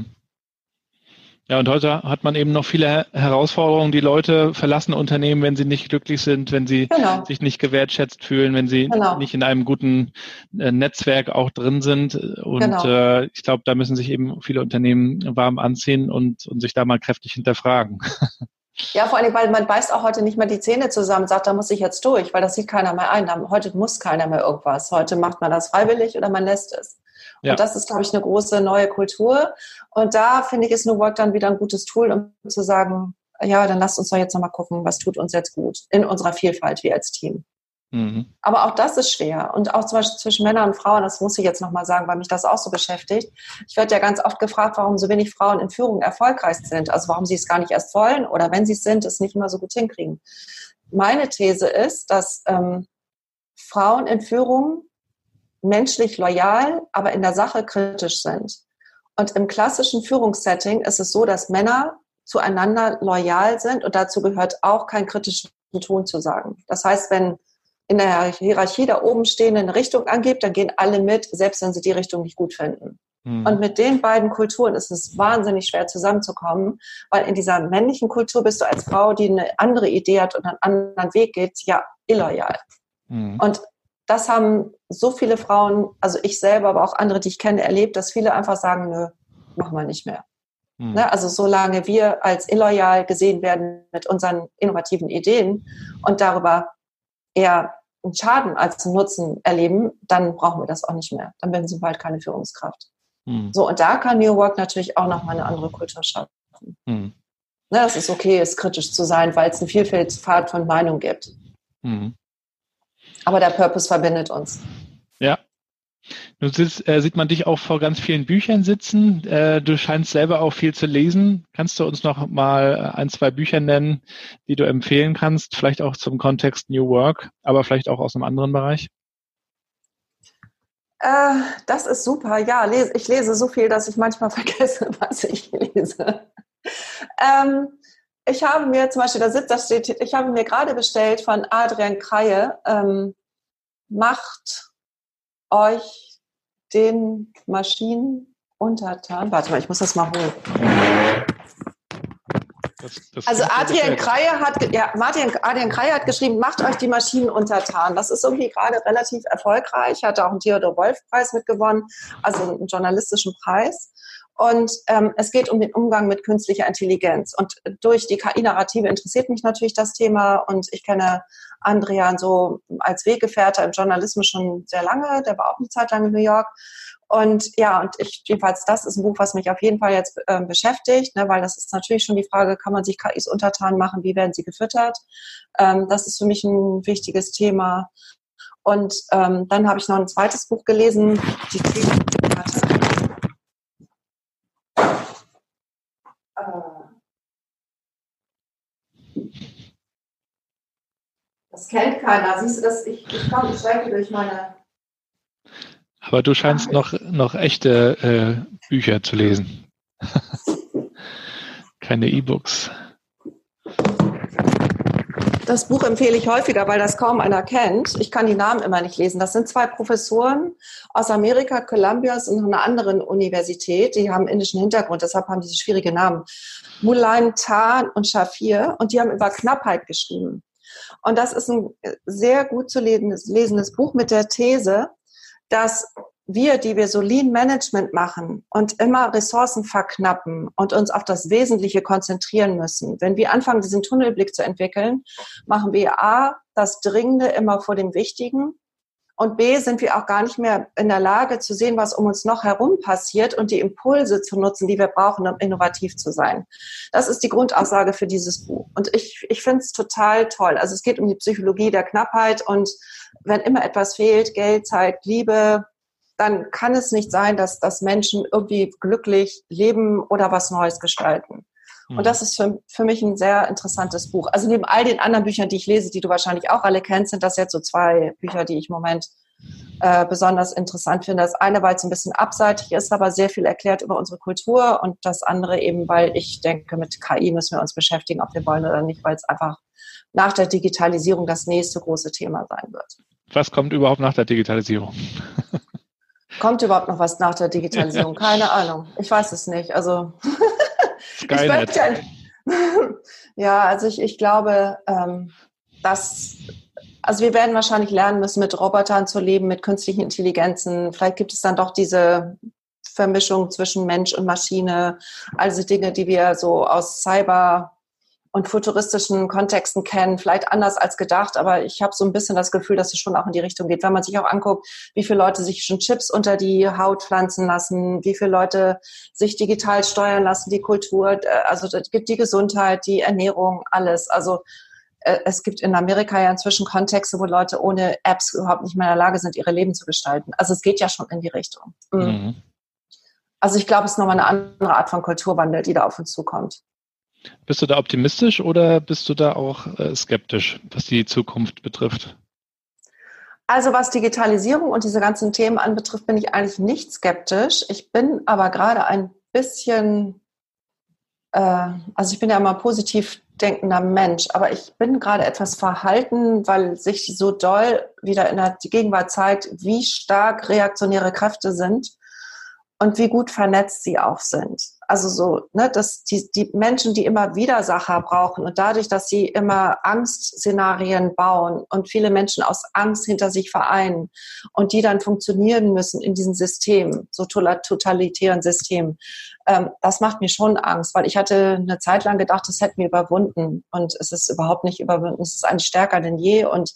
Ja, und heute hat man eben noch viele Herausforderungen. Die Leute verlassen Unternehmen, wenn sie nicht glücklich sind, wenn sie sich nicht gewertschätzt fühlen, wenn sie nicht in einem guten Netzwerk auch drin sind. Und ich glaube, da müssen sich eben viele Unternehmen warm anziehen und sich da mal kräftig hinterfragen. Ja, vor allem, weil man beißt auch heute nicht mehr die Zähne zusammen und sagt, da muss ich jetzt durch, weil das sieht keiner mehr ein. Heute muss keiner mehr irgendwas. Heute macht man das freiwillig oder man lässt es. Ja. Und das ist, glaube ich, eine große neue Kultur. Und da, finde ich, ist New Work dann wieder ein gutes Tool, um zu sagen, ja, dann lasst uns doch jetzt nochmal gucken, was tut uns jetzt gut in unserer Vielfalt, wir als Team. Mhm. Aber auch das ist schwer. Und auch zum Beispiel zwischen Männern und Frauen, das muss ich jetzt nochmal sagen, weil mich das auch so beschäftigt. Ich werde ja ganz oft gefragt, warum so wenig Frauen in Führung erfolgreich sind. Also warum sie es gar nicht erst wollen oder wenn sie es sind, es nicht immer so gut hinkriegen. Meine These ist, dass Frauen in Führung menschlich loyal, aber in der Sache kritisch sind. Und im klassischen Führungssetting ist es so, dass Männer zueinander loyal sind und dazu gehört auch keinen kritischen Ton zu sagen. Das heißt, wenn in der Hierarchie da oben stehende eine Richtung angibt, dann gehen alle mit, selbst wenn sie die Richtung nicht gut finden. Mhm. Und mit den beiden Kulturen ist es wahnsinnig schwer zusammenzukommen, weil in dieser männlichen Kultur bist du als Frau, die eine andere Idee hat und einen anderen Weg geht, ja, illoyal. Mhm. Und das haben so viele Frauen, also ich selber, aber auch andere, die ich kenne, erlebt, dass viele einfach sagen, nö, machen wir nicht mehr. Mhm. Ne? Also solange wir als illoyal gesehen werden mit unseren innovativen Ideen und darüber eher einen Schaden als einen Nutzen erleben, dann brauchen wir das auch nicht mehr. Dann werden sie bald keine Führungskraft. Mhm. So, und da kann New Work natürlich auch nochmal eine andere Kultur schaffen. Mhm. Ne, es ist okay, es kritisch zu sein, weil es eine Vielfalt von Meinungen gibt. Mhm. Aber der Purpose verbindet uns. Ja. Nun sieht man dich auch vor ganz vielen Büchern sitzen. Du scheinst selber auch viel zu lesen. Kannst du uns noch mal 1, 2 Bücher nennen, die du empfehlen kannst? Vielleicht auch zum Kontext New Work, aber vielleicht auch aus einem anderen Bereich? Das ist super. Ja, ich lese so viel, dass ich manchmal vergesse, was ich lese. Ich habe mir zum Beispiel, ich habe mir gerade bestellt von Adrian Kreie, macht euch den Maschinen untertan. Warte mal, ich muss das mal holen. Also Adrian Kreie hat geschrieben, macht euch die Maschinen untertan. Das ist irgendwie gerade relativ erfolgreich. Hat auch einen Theodor-Wolf-Preis mitgewonnen, also einen journalistischen Preis. Und es geht um den Umgang mit künstlicher Intelligenz. Und durch die KI-Narrative interessiert mich natürlich das Thema. Und ich kenne Adrian so als Weggefährte im Journalismus schon sehr lange. Der war auch eine Zeit lang in New York. Und ja, jedenfalls das ist ein Buch, was mich auf jeden Fall jetzt beschäftigt, ne, weil das ist natürlich schon die Frage, kann man sich KIs untertan machen, wie werden sie gefüttert? Das ist für mich ein wichtiges Thema. Und dann habe ich noch ein zweites Buch gelesen, das kennt keiner. Siehst du das? Ich schwenke durch meine... Aber du scheinst noch echte Bücher zu lesen. Keine E-Books. Das Buch empfehle ich häufiger, weil das kaum einer kennt. Ich kann die Namen immer nicht lesen. Das sind 2 Professoren aus Amerika, Columbia und einer anderen Universität. Die haben indischen Hintergrund, deshalb haben diese schwierige Namen. Mulan Tan und Shafir. Und die haben über Knappheit geschrieben. Und das ist ein sehr gut zu lesendes Buch mit der These, dass wir, die wir so Lean Management machen und immer Ressourcen verknappen und uns auf das Wesentliche konzentrieren müssen, wenn wir anfangen, diesen Tunnelblick zu entwickeln, machen wir A, das Dringende immer vor dem Wichtigen Und B, sind wir auch gar nicht mehr in der Lage zu sehen, was um uns noch herum passiert und die Impulse zu nutzen, die wir brauchen, um innovativ zu sein. Das ist die Grundaussage für dieses Buch. Und ich finde es total toll. Also es geht um die Psychologie der Knappheit und wenn immer etwas fehlt, Geld, Zeit, Liebe, dann kann es nicht sein, dass Menschen irgendwie glücklich leben oder was Neues gestalten. Und das ist für mich ein sehr interessantes Buch. Also neben all den anderen Büchern, die ich lese, die du wahrscheinlich auch alle kennst, sind das jetzt so 2 Bücher, die ich im Moment besonders interessant finde. Das eine, weil es ein bisschen abseitig ist, aber sehr viel erklärt über unsere Kultur. Und das andere eben, weil ich denke, mit KI müssen wir uns beschäftigen, ob wir wollen oder nicht, weil es einfach nach der Digitalisierung das nächste große Thema sein wird. Was kommt überhaupt nach der Digitalisierung? Kommt überhaupt noch was nach der Digitalisierung? Keine Ahnung. Ich weiß es nicht. Also Skynet. Ja, also ich glaube, also wir werden wahrscheinlich lernen müssen, mit Robotern zu leben, mit künstlichen Intelligenzen. Vielleicht gibt es dann doch diese Vermischung zwischen Mensch und Maschine. Also Dinge, die wir so aus Cyber- und futuristischen Kontexten kennen, vielleicht anders als gedacht, aber ich habe so ein bisschen das Gefühl, dass es schon auch in die Richtung geht. Wenn man sich auch anguckt, wie viele Leute sich schon Chips unter die Haut pflanzen lassen, wie viele Leute sich digital steuern lassen, die Kultur, also es gibt die Gesundheit, die Ernährung, alles. Also es gibt in Amerika ja inzwischen Kontexte, wo Leute ohne Apps überhaupt nicht mehr in der Lage sind, ihre Leben zu gestalten. Also es geht ja schon in die Richtung. Mhm. Also ich glaube, es ist nochmal eine andere Art von Kulturwandel, die da auf uns zukommt. Bist du da optimistisch oder bist du da auch skeptisch, was die Zukunft betrifft? Also was Digitalisierung und diese ganzen Themen anbetrifft, bin ich eigentlich nicht skeptisch. Ich bin aber gerade ein bisschen, also ich bin ja immer positiv denkender Mensch, aber ich bin gerade etwas verhalten, weil sich so doll wieder in der Gegenwart zeigt, wie stark reaktionäre Kräfte sind und wie gut vernetzt sie auch sind. Also so, ne, dass die Menschen, die immer Widersacher brauchen und dadurch, dass sie immer Angstszenarien bauen und viele Menschen aus Angst hinter sich vereinen und die dann funktionieren müssen in diesem System, so totalitären System, das macht mir schon Angst, weil ich hatte eine Zeit lang gedacht, das hätten wir überwunden und es ist überhaupt nicht überwunden, es ist eigentlich stärker denn je und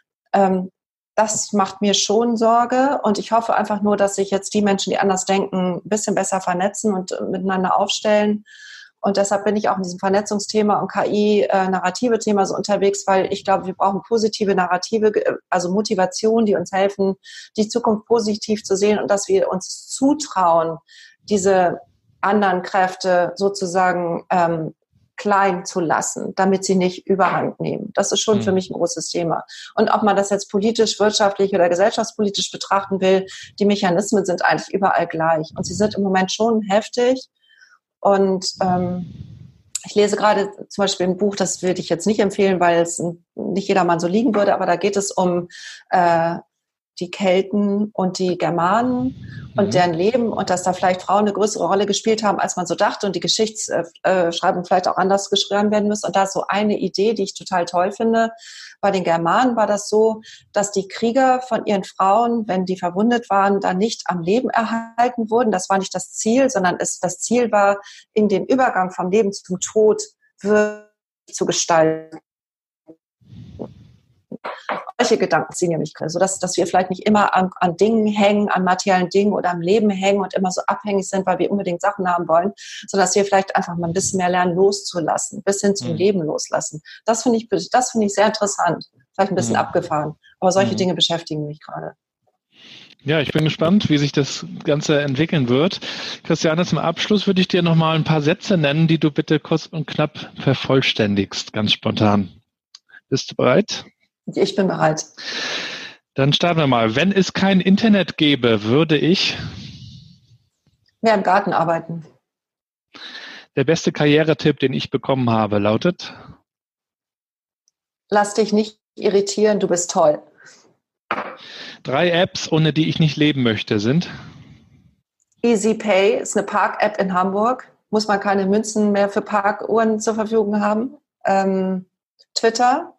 das macht mir schon Sorge und ich hoffe einfach nur, dass sich jetzt die Menschen, die anders denken, ein bisschen besser vernetzen und miteinander aufstellen. Und deshalb bin ich auch in diesem Vernetzungsthema und KI-Narrative-Thema so unterwegs, weil ich glaube, wir brauchen positive Narrative, also Motivation, die uns helfen, die Zukunft positiv zu sehen und dass wir uns zutrauen, diese anderen Kräfte sozusagen klein zu lassen, damit sie nicht Überhand nehmen. Das ist schon für mich ein großes Thema. Und ob man das jetzt politisch, wirtschaftlich oder gesellschaftspolitisch betrachten will, die Mechanismen sind eigentlich überall gleich. Und sie sind im Moment schon heftig. Und ich lese gerade zum Beispiel ein Buch, das würde ich jetzt nicht empfehlen, weil es nicht jedermann so liegen würde, aber da geht es um die Kelten und die Germanen und deren Leben und dass da vielleicht Frauen eine größere Rolle gespielt haben, als man so dachte und die Geschichtsschreibung vielleicht auch anders geschrieben werden müssen. Und da ist so eine Idee, die ich total toll finde. Bei den Germanen war das so, dass die Krieger von ihren Frauen, wenn die verwundet waren, dann nicht am Leben erhalten wurden. Das war nicht das Ziel, sondern das Ziel war, in den Übergang vom Leben zum Tod zu gestalten. Solche Gedanken ziehen ja mich, so dass wir vielleicht nicht immer an Dingen hängen, an materiellen Dingen oder am Leben hängen und immer so abhängig sind, weil wir unbedingt Sachen haben wollen, sondern dass wir vielleicht einfach mal ein bisschen mehr lernen, loszulassen, bis hin zum Leben loslassen. Das finde ich sehr interessant. Vielleicht ein bisschen abgefahren, aber solche Dinge beschäftigen mich gerade. Ja, ich bin gespannt, wie sich das Ganze entwickeln wird. Christiane, zum Abschluss würde ich dir nochmal ein paar Sätze nennen, die du bitte kurz und knapp vervollständigst, ganz spontan. Bist du bereit? Ich bin bereit. Dann starten wir mal. Wenn es kein Internet gäbe, würde ich mehr im Garten arbeiten. Der beste Karrieretipp, den ich bekommen habe, lautet: Lass dich nicht irritieren, du bist toll. 3 Apps, ohne die ich nicht leben möchte, sind: EasyPay ist eine Park-App in Hamburg. Muss man keine Münzen mehr für Parkuhren zur Verfügung haben. Twitter.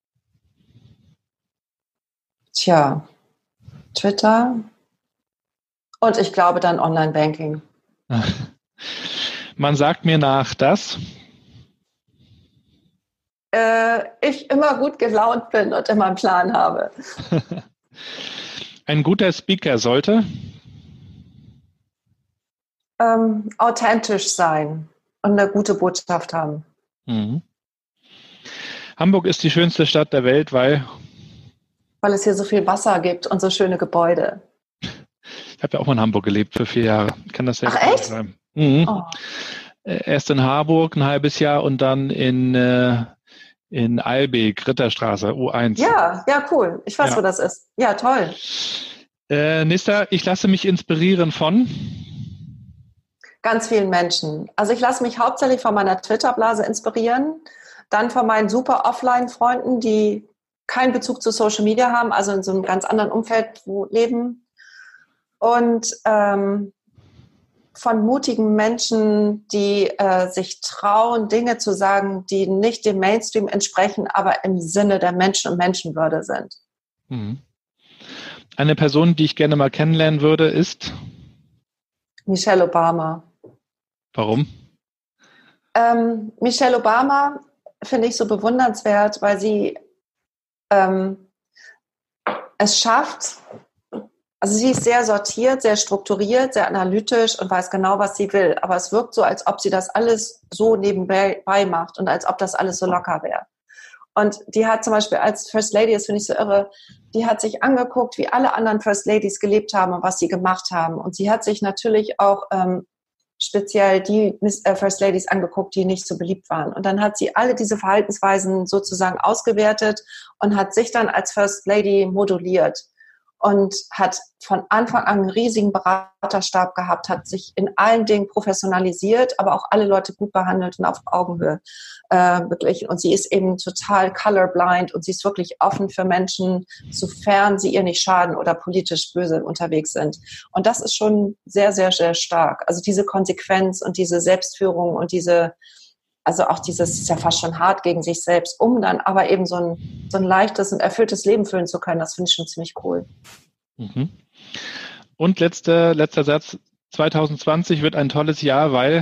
Twitter und ich glaube dann Online-Banking. Man sagt mir nach, dass ich immer gut gelaunt bin und immer einen Plan habe. Ein guter Speaker sollte authentisch sein und eine gute Botschaft haben. Mhm. Hamburg ist die schönste Stadt der Welt, weil es hier so viel Wasser gibt und so schöne Gebäude. ich habe ja auch mal in Hamburg gelebt für 4 Jahre. Ich kann das sehr gut echt? beschreiben. Mhm. Oh. Erst in Harburg ein halbes Jahr und dann in Eilbek, Ritterstraße, U1. Ja, cool. Ich weiß, wo das ist. Ja, toll. Nächster, ich lasse mich inspirieren von ganz vielen Menschen. Also ich lasse mich hauptsächlich von meiner Twitter-Blase inspirieren, dann von meinen super Offline-Freunden, die keinen Bezug zu Social Media haben, also in so einem ganz anderen Umfeld leben. Und von mutigen Menschen, die sich trauen, Dinge zu sagen, die nicht dem Mainstream entsprechen, aber im Sinne der Menschen und Menschenwürde sind. Mhm. Eine Person, die ich gerne mal kennenlernen würde, ist Michelle Obama. Warum? Michelle Obama finde ich so bewundernswert, weil sie es schafft, also sie ist sehr sortiert, sehr strukturiert, sehr analytisch und weiß genau, was sie will. Aber es wirkt so, als ob sie das alles so nebenbei macht und als ob das alles so locker wäre. Und die hat zum Beispiel als First Lady, das finde ich so irre, die hat sich angeguckt, wie alle anderen First Ladies gelebt haben und was sie gemacht haben. Und sie hat sich natürlich auch speziell die First Ladies angeguckt, die nicht so beliebt waren. Und dann hat sie alle diese Verhaltensweisen sozusagen ausgewertet und hat sich dann als First Lady moduliert und hat von Anfang an einen riesigen Beraterstab gehabt, hat sich in allen Dingen professionalisiert, aber auch alle Leute gut behandelt und auf Augenhöhe beglichen. Und sie ist eben total colorblind und sie ist wirklich offen für Menschen, sofern sie ihr nicht schaden oder politisch böse unterwegs sind. Und das ist schon sehr, sehr, sehr stark. Also diese Konsequenz und diese Selbstführung und also auch dieses, ist ja fast schon hart gegen sich selbst, um dann aber eben so ein leichtes und erfülltes Leben führen zu können, das finde ich schon ziemlich cool. Mhm. Und letzter Satz, 2020 wird ein tolles Jahr, weil?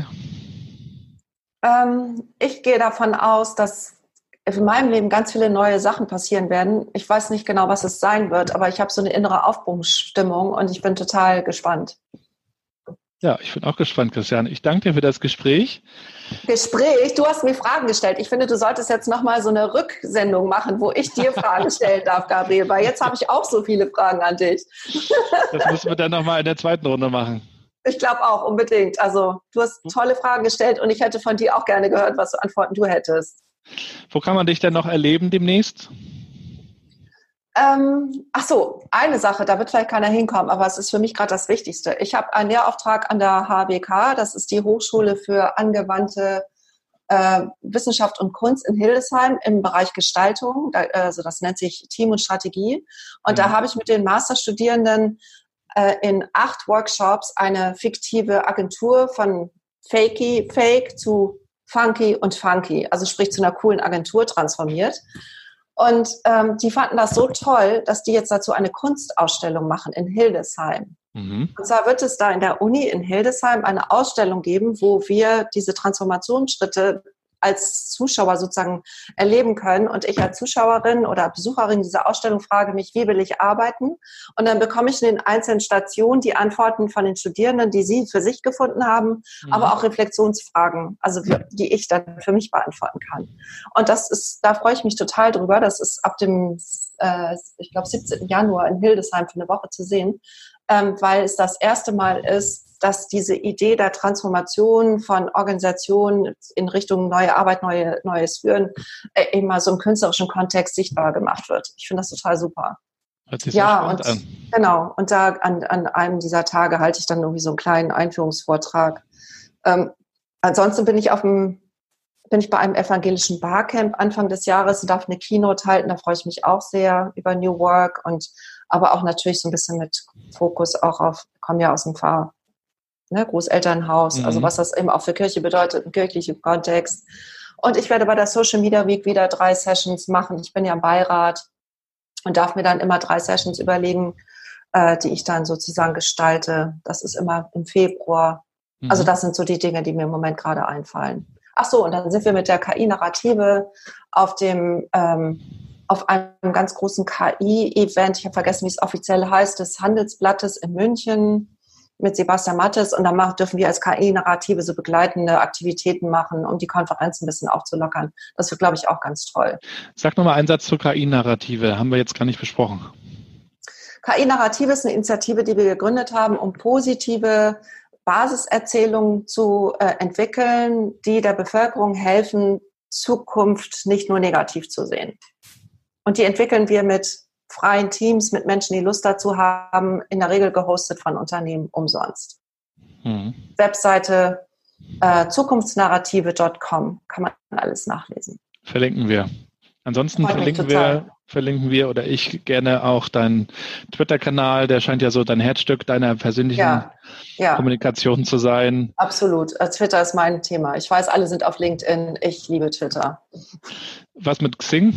Ich gehe davon aus, dass in meinem Leben ganz viele neue Sachen passieren werden. Ich weiß nicht genau, was es sein wird, aber ich habe so eine innere Aufbruchsstimmung und ich bin total gespannt. Ja, ich bin auch gespannt, Christiane. Ich danke dir für das Gespräch. Du hast mir Fragen gestellt. Ich finde, du solltest jetzt nochmal so eine Rücksendung machen, wo ich dir Fragen stellen darf, Gabriel, weil jetzt habe ich auch so viele Fragen an dich. Das müssen wir dann nochmal in der zweiten Runde machen. Ich glaube auch, unbedingt. Also du hast tolle Fragen gestellt und ich hätte von dir auch gerne gehört, was für Antworten du hättest. Wo kann man dich denn noch erleben demnächst? Ach so, eine Sache, da wird vielleicht keiner hinkommen, aber es ist für mich gerade das Wichtigste. Ich habe einen Lehrauftrag an der HBK, das ist die Hochschule für angewandte Wissenschaft und Kunst in Hildesheim im Bereich Gestaltung, also das nennt sich Team und Strategie. Und da habe ich mit den Masterstudierenden in 8 Workshops eine fiktive Agentur von Fake zu Funky und Funky, also sprich zu einer coolen Agentur transformiert. Und die fanden das so toll, dass die jetzt dazu eine Kunstausstellung machen in Hildesheim. Mhm. Und zwar wird es da in der Uni in Hildesheim eine Ausstellung geben, wo wir diese Transformationsschritte als Zuschauer sozusagen erleben können. Und ich als Zuschauerin oder Besucherin dieser Ausstellung frage mich, wie will ich arbeiten? Und dann bekomme ich in den einzelnen Stationen die Antworten von den Studierenden, die sie für sich gefunden haben, aber auch Reflexionsfragen, also die ich dann für mich beantworten kann. Und da freue ich mich total drüber. Das ist ab dem, ich glaube, 17. Januar in Hildesheim für eine Woche zu sehen, weil es das erste Mal ist, dass diese Idee der Transformation von Organisationen in Richtung neue Arbeit, Neues Führen eben mal so im künstlerischen Kontext sichtbar gemacht wird. Ich finde das total super. Hört sich sehr spannend an. Genau. Und da an einem dieser Tage halte ich dann irgendwie so einen kleinen Einführungsvortrag. Ansonsten bin ich bei einem evangelischen Barcamp Anfang des Jahres und darf eine Keynote halten. Da freue ich mich auch sehr über New Work aber auch natürlich so ein bisschen mit Fokus auch komme ja aus dem Großelternhaus, also was das eben auch für Kirche bedeutet, im kirchlichen Kontext. Und ich werde bei der Social Media Week wieder 3 Sessions machen. Ich bin ja im Beirat und darf mir dann immer 3 Sessions überlegen, die ich dann sozusagen gestalte. Das ist immer im Februar. Also das sind so die Dinge, die mir im Moment gerade einfallen. Ach so, und dann sind wir mit der KI-Narrative auf dem auf einem ganz großen KI-Event, ich habe vergessen, wie es offiziell heißt, des Handelsblattes in München mit Sebastian Mattes, und dann dürfen wir als KI-Narrative so begleitende Aktivitäten machen, um die Konferenz ein bisschen aufzulockern. Das wird, glaube ich, auch ganz toll. Sag nochmal einen Satz zur KI-Narrative, haben wir jetzt gar nicht besprochen. KI-Narrative ist eine Initiative, die wir gegründet haben, um positive Basiserzählungen zu entwickeln, die der Bevölkerung helfen, Zukunft nicht nur negativ zu sehen. Und die entwickeln wir mit freien Teams, mit Menschen, die Lust dazu haben, in der Regel gehostet von Unternehmen umsonst. Webseite zukunftsnarrative.com, kann man alles nachlesen. Verlinken wir. Ansonsten verlinken wir oder ich gerne auch deinen Twitter-Kanal, der scheint ja so dein Herzstück deiner persönlichen Kommunikation zu sein. Absolut. Twitter ist mein Thema. Ich weiß, alle sind auf LinkedIn. Ich liebe Twitter. Was mit Xing?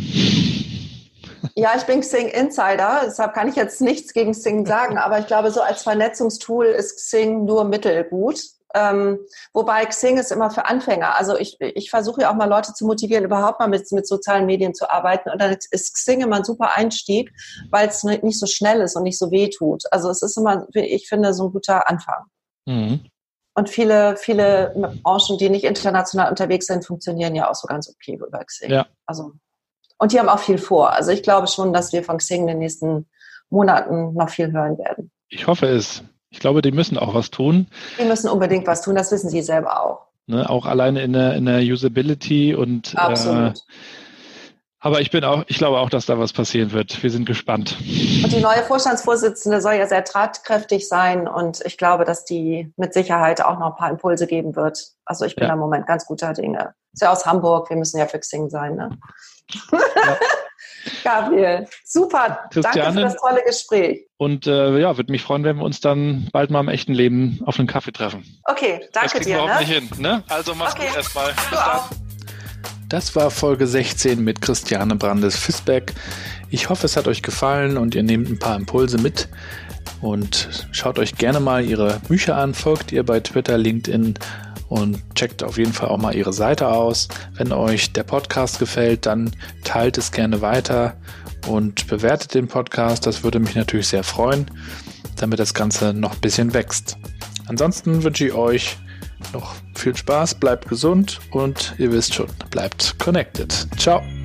Ja, ich bin Xing Insider, deshalb kann ich jetzt nichts gegen Xing sagen, aber ich glaube, so als Vernetzungstool ist Xing nur mittelgut. Wobei Xing ist immer für Anfänger. Also ich versuche ja auch mal Leute zu motivieren, überhaupt mal mit sozialen Medien zu arbeiten. Und dann ist Xing immer ein super Einstieg, weil es nicht so schnell ist und nicht so weh tut. Also es ist immer, ich finde, so ein guter Anfang. Mhm. Und viele Branchen, die nicht international unterwegs sind, funktionieren ja auch so ganz okay über Xing. Ja. Und die haben auch viel vor. Also ich glaube schon, dass wir von Xing in den nächsten Monaten noch viel hören werden. Ich hoffe es. Ich glaube, die müssen auch was tun. Die müssen unbedingt was tun, das wissen sie selber auch. Ne, auch alleine in der Usability und absolut. Aber ich glaube auch, dass da was passieren wird. Wir sind gespannt. Und die neue Vorstandsvorsitzende soll ja sehr tatkräftig sein und ich glaube, dass die mit Sicherheit auch noch ein paar Impulse geben wird. Also ich bin im Moment ganz guter Dinge. Ist ja aus Hamburg, wir müssen ja für Xing sein, ne? Ja. Gabriel, super. Christiane, danke für das tolle Gespräch. Und würde mich freuen, wenn wir uns dann bald mal im echten Leben auf einen Kaffee treffen. Okay, danke dir. Das kriegen wir auch nicht hin, ne? Also mach's gut erstmal. Bis dann. Das war Folge 16 mit Christiane Brandes-Fisbeck. Ich hoffe, es hat euch gefallen und ihr nehmt ein paar Impulse mit. Und schaut euch gerne mal ihre Bücher an, folgt ihr bei Twitter, LinkedIn und checkt auf jeden Fall auch mal ihre Seite aus. Wenn euch der Podcast gefällt, dann teilt es gerne weiter und bewertet den Podcast. Das würde mich natürlich sehr freuen, damit das Ganze noch ein bisschen wächst. Ansonsten wünsche ich euch noch viel Spaß, bleibt gesund und ihr wisst schon, bleibt connected. Ciao!